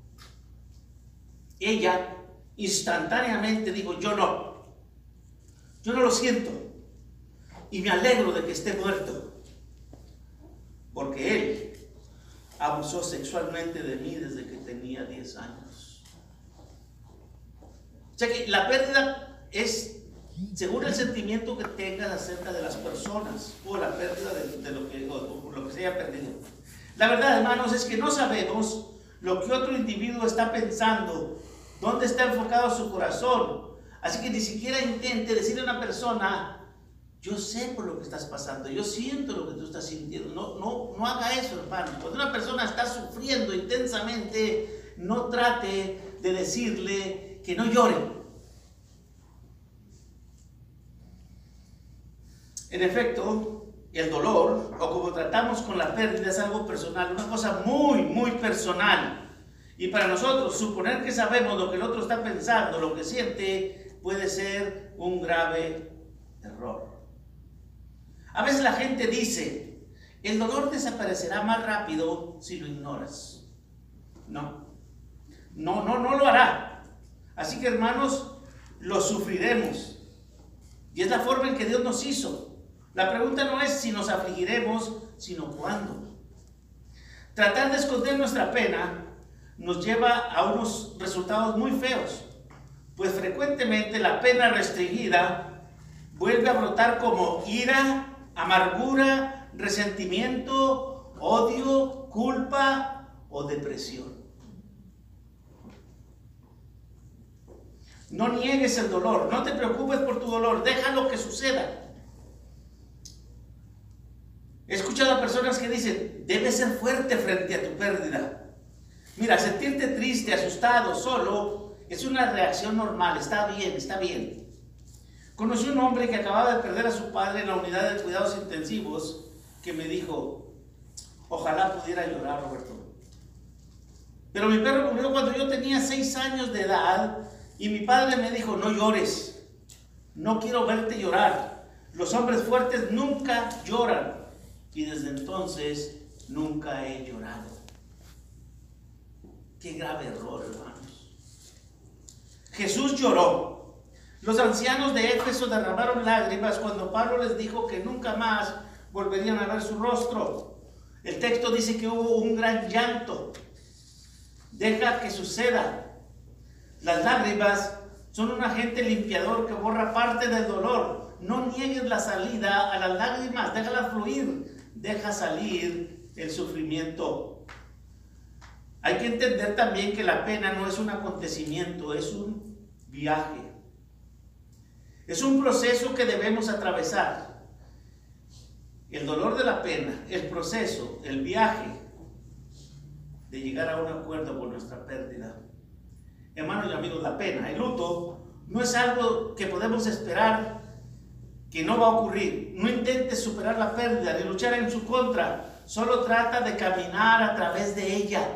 [SPEAKER 1] Ella instantáneamente dijo: yo no, yo no lo siento y me alegro de que esté muerto, porque él abusó sexualmente de mí desde que tenía diez años. O sea que la pérdida es según el sentimiento que tengas acerca de las personas o la pérdida de, de lo que, o, o lo que se haya perdido. La verdad, hermanos, es que no sabemos lo que otro individuo está pensando, dónde está enfocado su corazón. Así que ni siquiera intente decirle a una persona: yo sé por lo que estás pasando, yo siento lo que tú estás sintiendo. No, no, no haga eso, hermano. Cuando una persona está sufriendo intensamente, no trate de decirle que no llore. En efecto, el dolor, o como tratamos con la pérdida, es algo personal, una cosa muy, muy personal. Y para nosotros, suponer que sabemos lo que el otro está pensando, lo que siente, puede ser un grave error. A veces la gente dice: el dolor desaparecerá más rápido si lo ignoras. No, no, no, no lo hará. Así que, hermanos, lo sufriremos. Y es la forma en que Dios nos hizo. La pregunta no es si nos afligiremos, sino cuándo. Tratar de esconder nuestra pena nos lleva a unos resultados muy feos, pues frecuentemente la pena restringida vuelve a brotar como ira, amargura, resentimiento, odio, culpa o depresión. No niegues el dolor, no te preocupes por tu dolor, déjalo que suceda. He escuchado a personas que dicen: debes ser fuerte frente a tu pérdida. Mira, sentirte triste, asustado, solo, es una reacción normal, está bien, está bien. Conocí un hombre que acababa de perder a su padre en la unidad de cuidados intensivos, que me dijo: ojalá pudiera llorar, Roberto. Pero mi perro murió cuando yo tenía seis años de edad y mi padre me dijo: no llores, no quiero verte llorar. Los hombres fuertes nunca lloran. Y desde entonces nunca he llorado. Qué grave error, hermanos. Jesús lloró. Los ancianos de Éfeso derramaron lágrimas cuando Pablo les dijo que nunca más volverían a ver su rostro. El texto dice que hubo un gran llanto. Deja que suceda. Las lágrimas son un agente limpiador que borra parte del dolor. No niegues la salida a las lágrimas, déjalas fluir. Deja salir el sufrimiento. Hay que entender también que la pena no es un acontecimiento, es un viaje. Es un proceso que debemos atravesar. El dolor de la pena, el proceso, el viaje de llegar a un acuerdo con nuestra pérdida. Hermanos y amigos, la pena, el luto, no es algo que podemos esperar que no va a ocurrir. No intentes superar la pérdida, ni luchar en su contra. Solo trata de caminar a través de ella.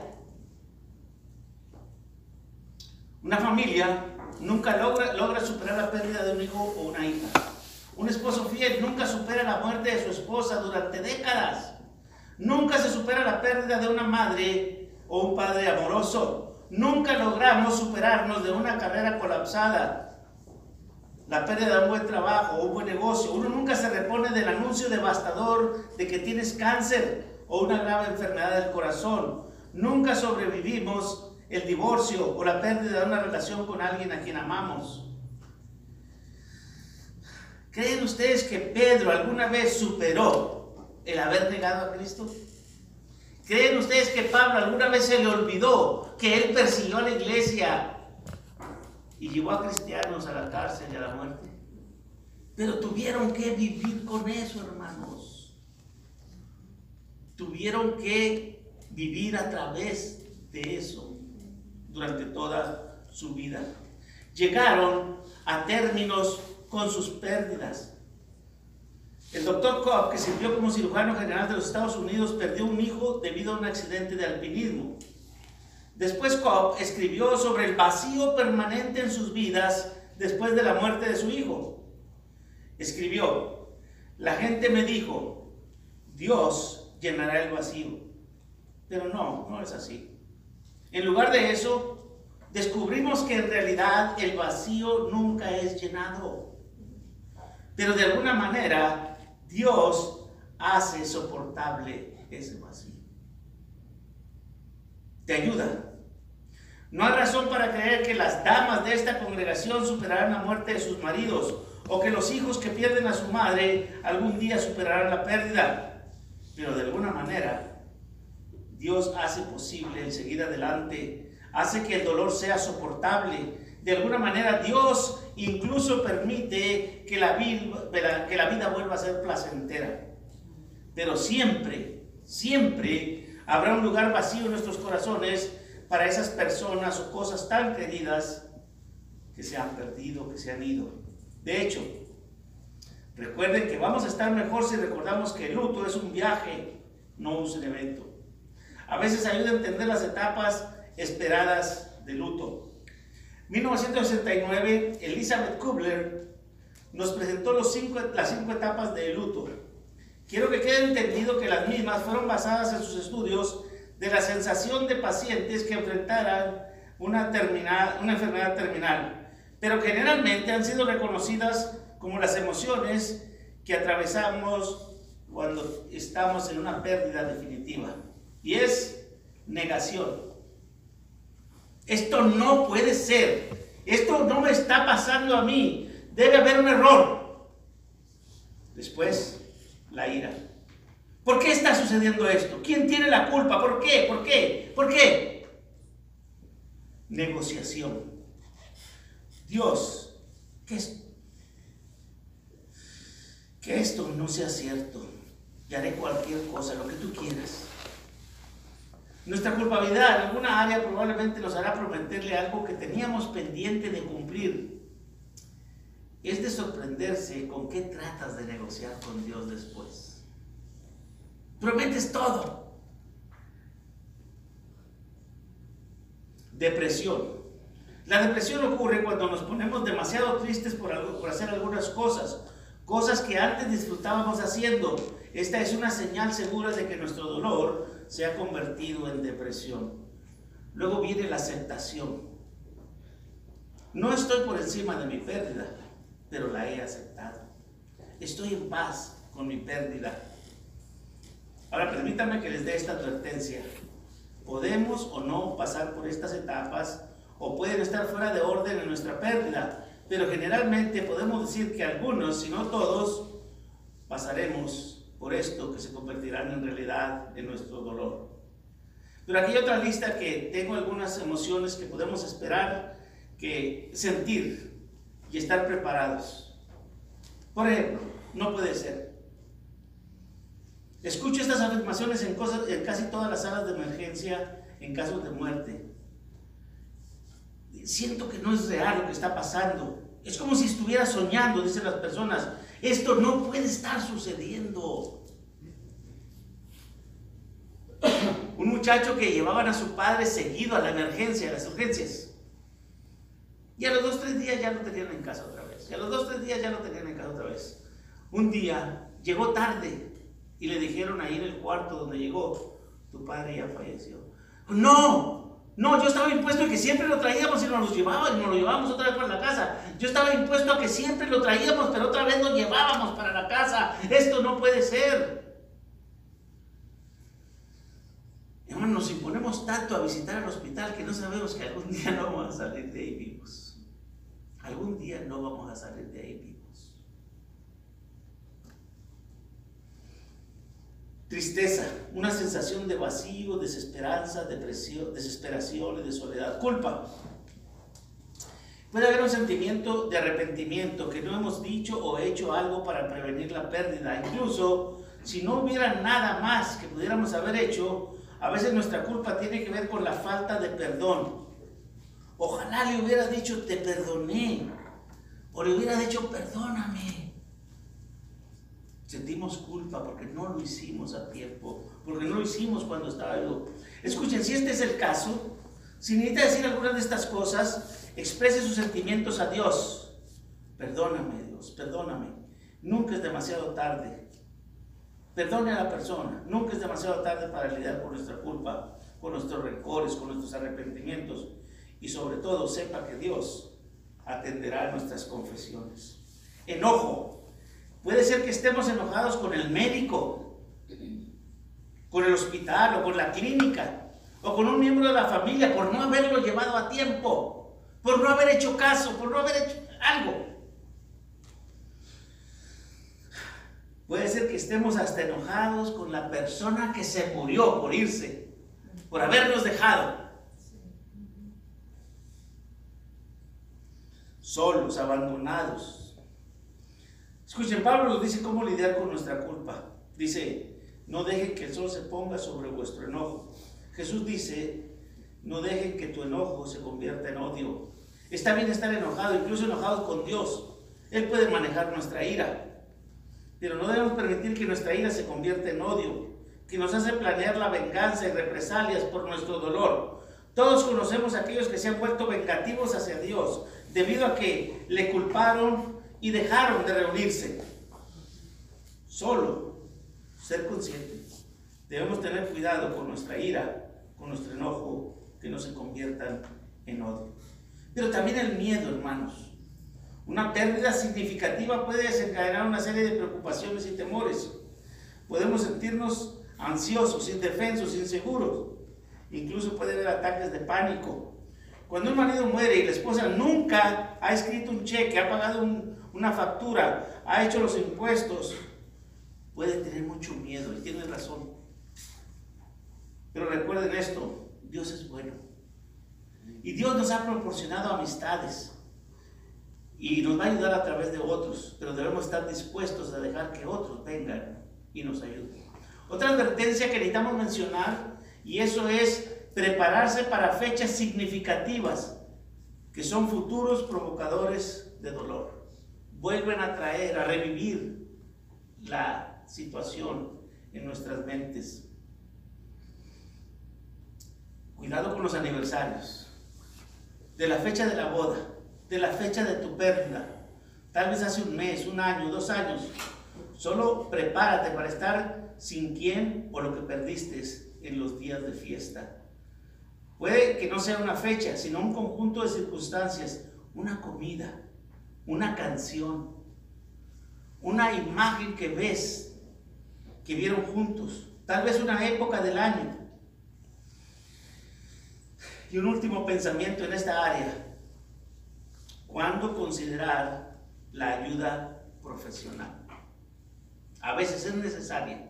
[SPEAKER 1] Una familia nunca logra, logra superar la pérdida de un hijo o una hija. Un esposo fiel nunca supera la muerte de su esposa durante décadas. Nunca se supera la pérdida de una madre o un padre amoroso. Nunca logramos superarnos de una carrera colapsada, la pérdida de un buen trabajo o un buen negocio. Uno nunca se repone del anuncio devastador de que tienes cáncer o una grave enfermedad del corazón. Nunca sobrevivimos el divorcio o la pérdida de una relación con alguien a quien amamos. ¿Creen ustedes que Pedro alguna vez superó el haber negado a Cristo? ¿Creen ustedes que Pablo alguna vez se le olvidó que él persiguió a la iglesia y llevó a cristianos a la cárcel y a la muerte? Pero tuvieron que vivir con eso, hermanos. Tuvieron que vivir a través de eso durante toda su vida. Llegaron a términos con sus pérdidas. El doctor Cobb, que sirvió como cirujano general de los Estados Unidos, perdió un hijo debido a un accidente de alpinismo. Después Cobb escribió sobre el vacío permanente en sus vidas después de la muerte de su hijo. Escribió: la gente me dijo, Dios llenará el vacío. Pero no, no es así. En lugar de eso, descubrimos que en realidad el vacío nunca es llenado. Pero de alguna manera, Dios hace soportable ese vacío. Te ayuda. No hay razón para creer que las damas de esta congregación superarán la muerte de sus maridos, o que los hijos que pierden a su madre algún día superarán la pérdida. Pero de alguna manera, Dios hace posible el seguir adelante, hace que el dolor sea soportable. De alguna manera, Dios incluso permite que la vida, que la vida vuelva a ser placentera. Pero siempre, siempre habrá un lugar vacío en nuestros corazones para esas personas o cosas tan queridas que se han perdido, que se han ido. De hecho, recuerden que vamos a estar mejor si recordamos que el luto es un viaje, no un evento. A veces ayuda a entender las etapas esperadas de luto. En mil novecientos sesenta y nueve, Elizabeth Kubler nos presentó los cinco, las cinco etapas del luto. Quiero que quede entendido que las mismas fueron basadas en sus estudios de la sensación de pacientes que enfrentaran una, terminal, una enfermedad terminal, pero generalmente han sido reconocidas como las emociones que atravesamos cuando estamos en una pérdida definitiva, y es negación. Esto no puede ser, esto no me está pasando a mí, debe haber un error. Después, la ira. ¿Por qué está sucediendo esto? ¿Quién tiene la culpa? ¿Por qué? ¿Por qué? ¿Por qué? Negociación. Dios, que, es, que esto no sea cierto. Y haré cualquier cosa, lo que tú quieras. Nuestra culpabilidad en alguna área probablemente nos hará prometerle algo que teníamos pendiente de cumplir. Es de sorprenderse con qué tratas de negociar con Dios después. Prometes todo. Depresión. La depresión ocurre cuando nos ponemos demasiado tristes por, algo, por hacer algunas cosas, cosas que antes disfrutábamos haciendo. Esta es una señal segura de que nuestro dolor se ha convertido en depresión. Luego viene la aceptación. No estoy por encima de mi pérdida, pero la he aceptado. Estoy en paz con mi pérdida. Ahora permítanme que les dé esta advertencia. Podemos o no pasar por estas etapas, o pueden estar fuera de orden en nuestra pérdida, pero generalmente podemos decir que algunos, si no todos, pasaremos por esto que se convertirán en realidad en nuestro dolor. Pero aquí hay otra lista que tengo algunas emociones que podemos esperar que sentir y estar preparados. Por ejemplo, no puede ser. Escucho estas afirmaciones en, cosas, en casi todas las salas de emergencia en casos de muerte. Siento que no es real lo que está pasando. Es como si estuviera soñando, dicen las personas. Esto no puede estar sucediendo. Un muchacho que llevaban a su padre seguido a la emergencia, a las urgencias. Y a los dos o tres días ya lo tenían en casa otra vez. Y a los dos o tres días ya lo tenían en casa otra vez. Un día llegó tarde y le dijeron ahí en el cuarto donde llegó, tu padre ya falleció. No, no, yo estaba impuesto a que siempre lo traíamos y nos lo llevábamos y nos lo llevábamos otra vez para la casa. Yo estaba impuesto a que siempre lo traíamos, pero otra vez lo llevábamos para la casa. Esto no puede ser. Hermano, nos imponemos tanto a visitar al hospital que no sabemos que algún día no vamos a salir de ahí vivos. Algún día no vamos a salir de ahí vivos. tristeza, una sensación de vacío, desesperanza, depresión, desesperación y de soledad. Culpa. Puede haber un sentimiento de arrepentimiento, que no hemos dicho o hecho algo para prevenir la pérdida. Incluso si no hubiera nada más que pudiéramos haber hecho, a veces nuestra culpa tiene que ver con la falta de perdón. Ojalá le hubiera dicho te perdoné, o le hubiera dicho perdóname. Sentimos culpa porque no lo hicimos a tiempo, porque no lo hicimos cuando estaba vivo. Escuchen, si este es el caso, si necesita decir algunas de estas cosas, exprese sus sentimientos a Dios. Perdóname, Dios, perdóname. Nunca es demasiado tarde. Perdone a la persona. Nunca es demasiado tarde para lidiar con nuestra culpa, con nuestros rencores, con nuestros arrepentimientos. Y sobre todo, sepa que Dios atenderá nuestras confesiones. Enojo. Puede ser que estemos enojados con el médico, con el hospital o con la clínica, o con un miembro de la familia por no haberlo llevado a tiempo, por no haber hecho caso, por no haber hecho algo. Puede ser que estemos hasta enojados con la persona que se murió por irse, por habernos dejado. Solos, abandonados. Escuchen, Pablo nos dice cómo lidiar con nuestra culpa. Dice, no dejen que el sol se ponga sobre vuestro enojo. Jesús dice, no dejen que tu enojo se convierta en odio. Está bien estar enojado, incluso enojados con Dios. Él puede manejar nuestra ira. Pero no debemos permitir que nuestra ira se convierta en odio, que nos hace planear la venganza y represalias por nuestro dolor. Todos conocemos a aquellos que se han vuelto vengativos hacia Dios, debido a que le culparon y dejaron de reunirse. Solo ser conscientes. Debemos tener cuidado con nuestra ira, con nuestro enojo, que no se conviertan en odio. Pero también el miedo, hermanos. Una pérdida significativa puede desencadenar una serie de preocupaciones y temores. Podemos sentirnos ansiosos, indefensos, inseguros. Incluso puede haber ataques de pánico. Cuando un marido muere y la esposa nunca ha escrito un cheque, ha pagado un, una factura, ha hecho los impuestos, puede tener mucho miedo, y tiene razón. Pero recuerden esto, Dios es bueno. Y Dios nos ha proporcionado amistades. Y nos va a ayudar a través de otros, pero debemos estar dispuestos a dejar que otros vengan y nos ayuden. Otra advertencia que necesitamos mencionar, y eso es prepararse para fechas significativas, que son futuros provocadores de dolor. Vuelven a traer, a revivir la situación en nuestras mentes. Cuidado con los aniversarios, de la fecha de la boda, de la fecha de tu pérdida, tal vez hace un mes, un año, dos años. Solo prepárate para estar sin quién o lo que perdiste en los días de fiesta. Puede que no sea una fecha, sino un conjunto de circunstancias, una comida, una canción, una imagen que ves, que vieron juntos, tal vez una época del año. Y un último pensamiento en esta área. ¿Cuándo considerar la ayuda profesional? A veces es necesaria.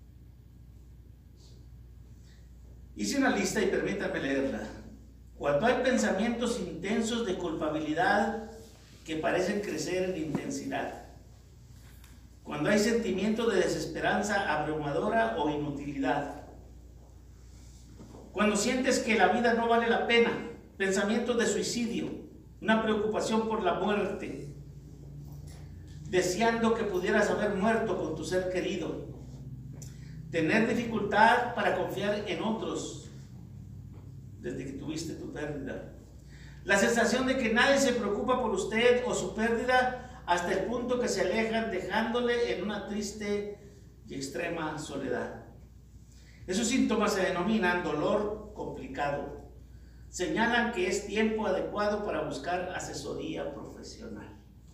[SPEAKER 1] Hice una lista y permítanme leerla. Cuando hay pensamientos intensos de culpabilidad que parecen crecer en intensidad. Cuando hay sentimientos de desesperanza abrumadora o inutilidad. Cuando sientes que la vida no vale la pena. Pensamientos de suicidio. Una preocupación por la muerte, deseando que pudieras haber muerto con tu ser querido, tener dificultad para confiar en otros desde que tuviste tu pérdida, la sensación de que nadie se preocupa por usted o su pérdida hasta el punto que se alejan dejándole en una triste y extrema soledad. Esos síntomas se denominan dolor complicado. Señalan que es tiempo adecuado para buscar asesoría profesional.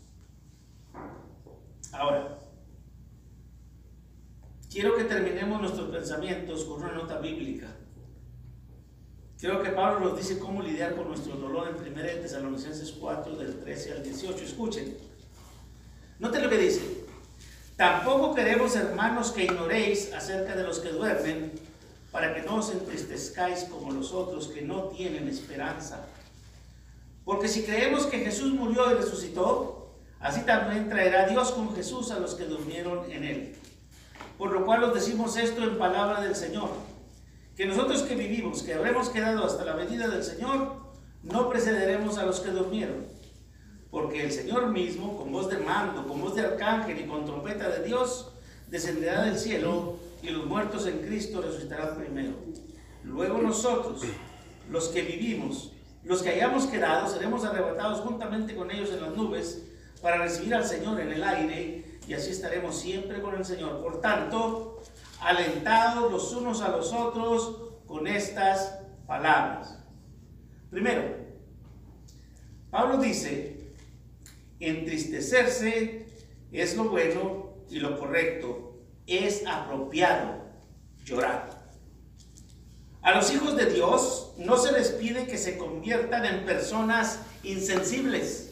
[SPEAKER 1] Ahora, quiero que terminemos nuestros pensamientos con una nota bíblica. Creo que Pablo nos dice cómo lidiar con nuestro dolor en primera de Tesalonicenses cuatro, del trece al dieciocho. Escuchen. Noten lo que dice. Tampoco queremos, hermanos, que ignoréis acerca de los que duermen, para que no os entristezcáis como los otros que no tienen esperanza. Porque si creemos que Jesús murió y resucitó, así también traerá Dios con Jesús a los que durmieron en él. Por lo cual os decimos esto en palabra del Señor, que nosotros que vivimos, que habremos quedado hasta la venida del Señor, no precederemos a los que durmieron. Porque el Señor mismo, con voz de mando, con voz de arcángel y con trompeta de Dios, descenderá del cielo, y los muertos en Cristo resucitarán primero. Luego nosotros, los que vivimos, los que hayamos quedado, seremos arrebatados juntamente con ellos en las nubes, para recibir al Señor en el aire, y así estaremos siempre con el Señor. Por tanto, alentados los unos a los otros con estas palabras. Primero, Pablo dice: entristecerse es lo bueno y lo correcto, es apropiado llorar. A los hijos de Dios no se les pide que se conviertan en personas insensibles.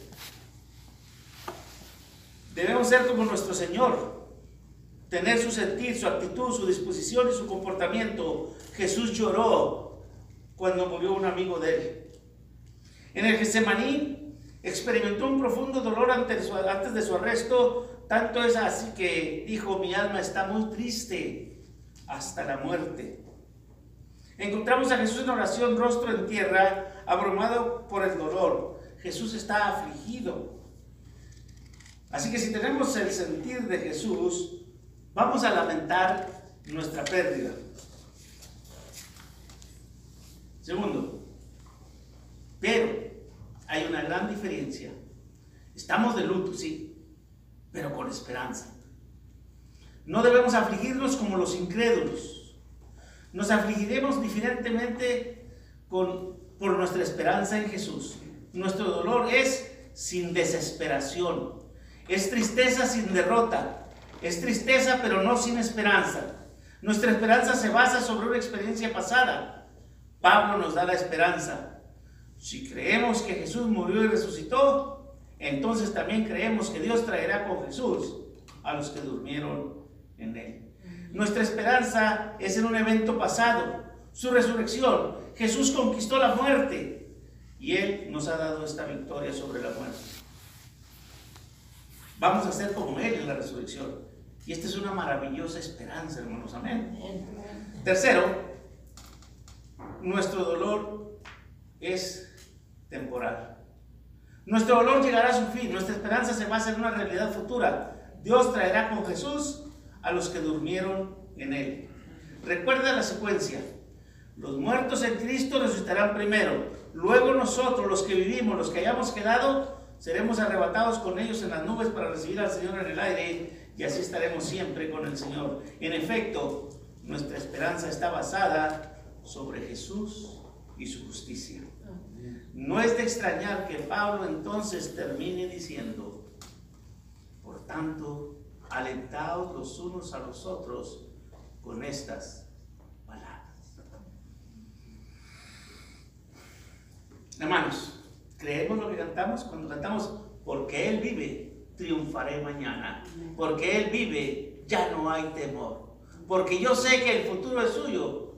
[SPEAKER 1] Debemos ser como nuestro Señor, tener su sentir, su actitud, su disposición y su comportamiento. Jesús lloró cuando murió un amigo de él. En el Getsemaní experimentó un profundo dolor antes de su arresto. Tanto es así que dijo: mi alma está muy triste hasta la muerte. Encontramos a Jesús en oración, rostro en tierra, abrumado por el dolor. Jesús está afligido. Así que si tenemos el sentir de Jesús, vamos a lamentar nuestra pérdida. Segundo, pero hay una gran diferencia. Estamos de luto, sí, pero con esperanza. No debemos afligirnos como los incrédulos. Nos afligiremos diferentemente con, por nuestra esperanza en Jesús. Nuestro dolor es sin desesperación. Es tristeza sin derrota. Es tristeza pero no sin esperanza. Nuestra esperanza se basa sobre una experiencia pasada. Pablo nos da la esperanza. Si creemos que Jesús murió y resucitó, entonces también creemos que Dios traerá con Jesús a los que durmieron en él. Nuestra esperanza es en un evento pasado, su resurrección. Jesús conquistó la muerte y él nos ha dado esta victoria sobre la muerte. Vamos a ser como él en la resurrección. Y esta es una maravillosa esperanza, hermanos. Amén. Tercero, nuestro dolor es temporal. Nuestro dolor llegará a su fin. Nuestra esperanza se basa en una realidad futura. Dios traerá con Jesús a los que durmieron en él. Recuerda la secuencia. Los muertos en Cristo resucitarán primero. Luego nosotros, los que vivimos, los que hayamos quedado, seremos arrebatados con ellos en las nubes para recibir al Señor en el aire, y así estaremos siempre con el Señor. En efecto, nuestra esperanza está basada sobre Jesús y su justicia. No es de extrañar que Pablo entonces termine diciendo: por tanto, alentaos los unos a los otros con estas palabras. Hermanos, ¿creemos lo que cantamos? Cuando cantamos: porque Él vive, triunfaré mañana. Porque Él vive, ya no hay temor. Porque yo sé que el futuro es suyo,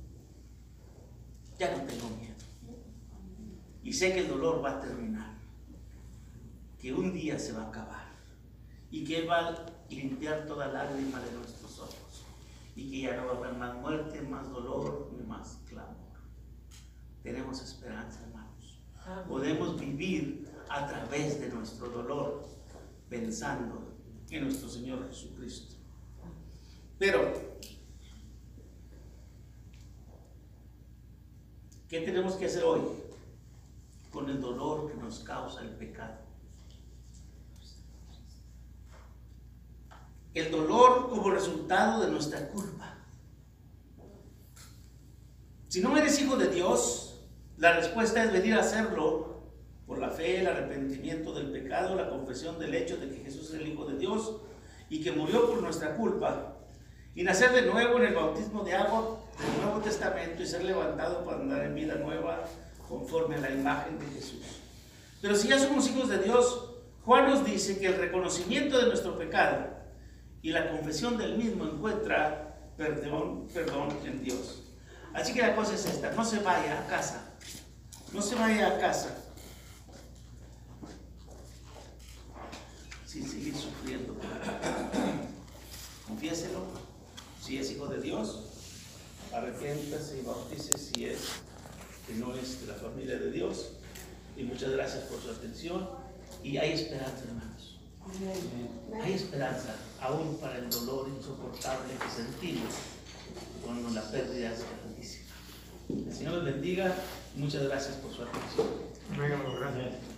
[SPEAKER 1] ya no tengo miedo. Y sé que el dolor va a terminar, que un día se va a acabar, y que Él va a limpiar toda lágrima de nuestros ojos, y que ya no va a haber más muerte, más dolor, ni más clamor. Tenemos esperanza, hermanos. Podemos vivir a través de nuestro dolor, pensando en nuestro Señor Jesucristo. Pero, ¿qué tenemos que hacer hoy con el dolor que nos causa el pecado? El dolor como resultado de nuestra culpa. Si no eres hijo de Dios, la respuesta es venir a hacerlo por la fe, el arrepentimiento del pecado, la confesión del hecho de que Jesús es el Hijo de Dios y que murió por nuestra culpa, y nacer de nuevo en el bautismo de agua del Nuevo Testamento y ser levantado para andar en vida nueva conforme a la imagen de Jesús. Pero si ya somos hijos de Dios, Juan nos dice que el reconocimiento de nuestro pecado y la confesión del mismo encuentra perdón, perdón en Dios. Así que la cosa es esta, no se vaya a casa, no se vaya a casa sin seguir sufriendo. Confiéselo, si es hijo de Dios, arrepiéntase y bautice si es que no es de la familia de Dios. Y muchas gracias por su atención. Y hay esperanza, hermanos. Hay esperanza, aún para el dolor insoportable que sentimos cuando la pérdida es grandísima. El Señor les bendiga. Muchas gracias por su atención.
[SPEAKER 2] Venga, gracias.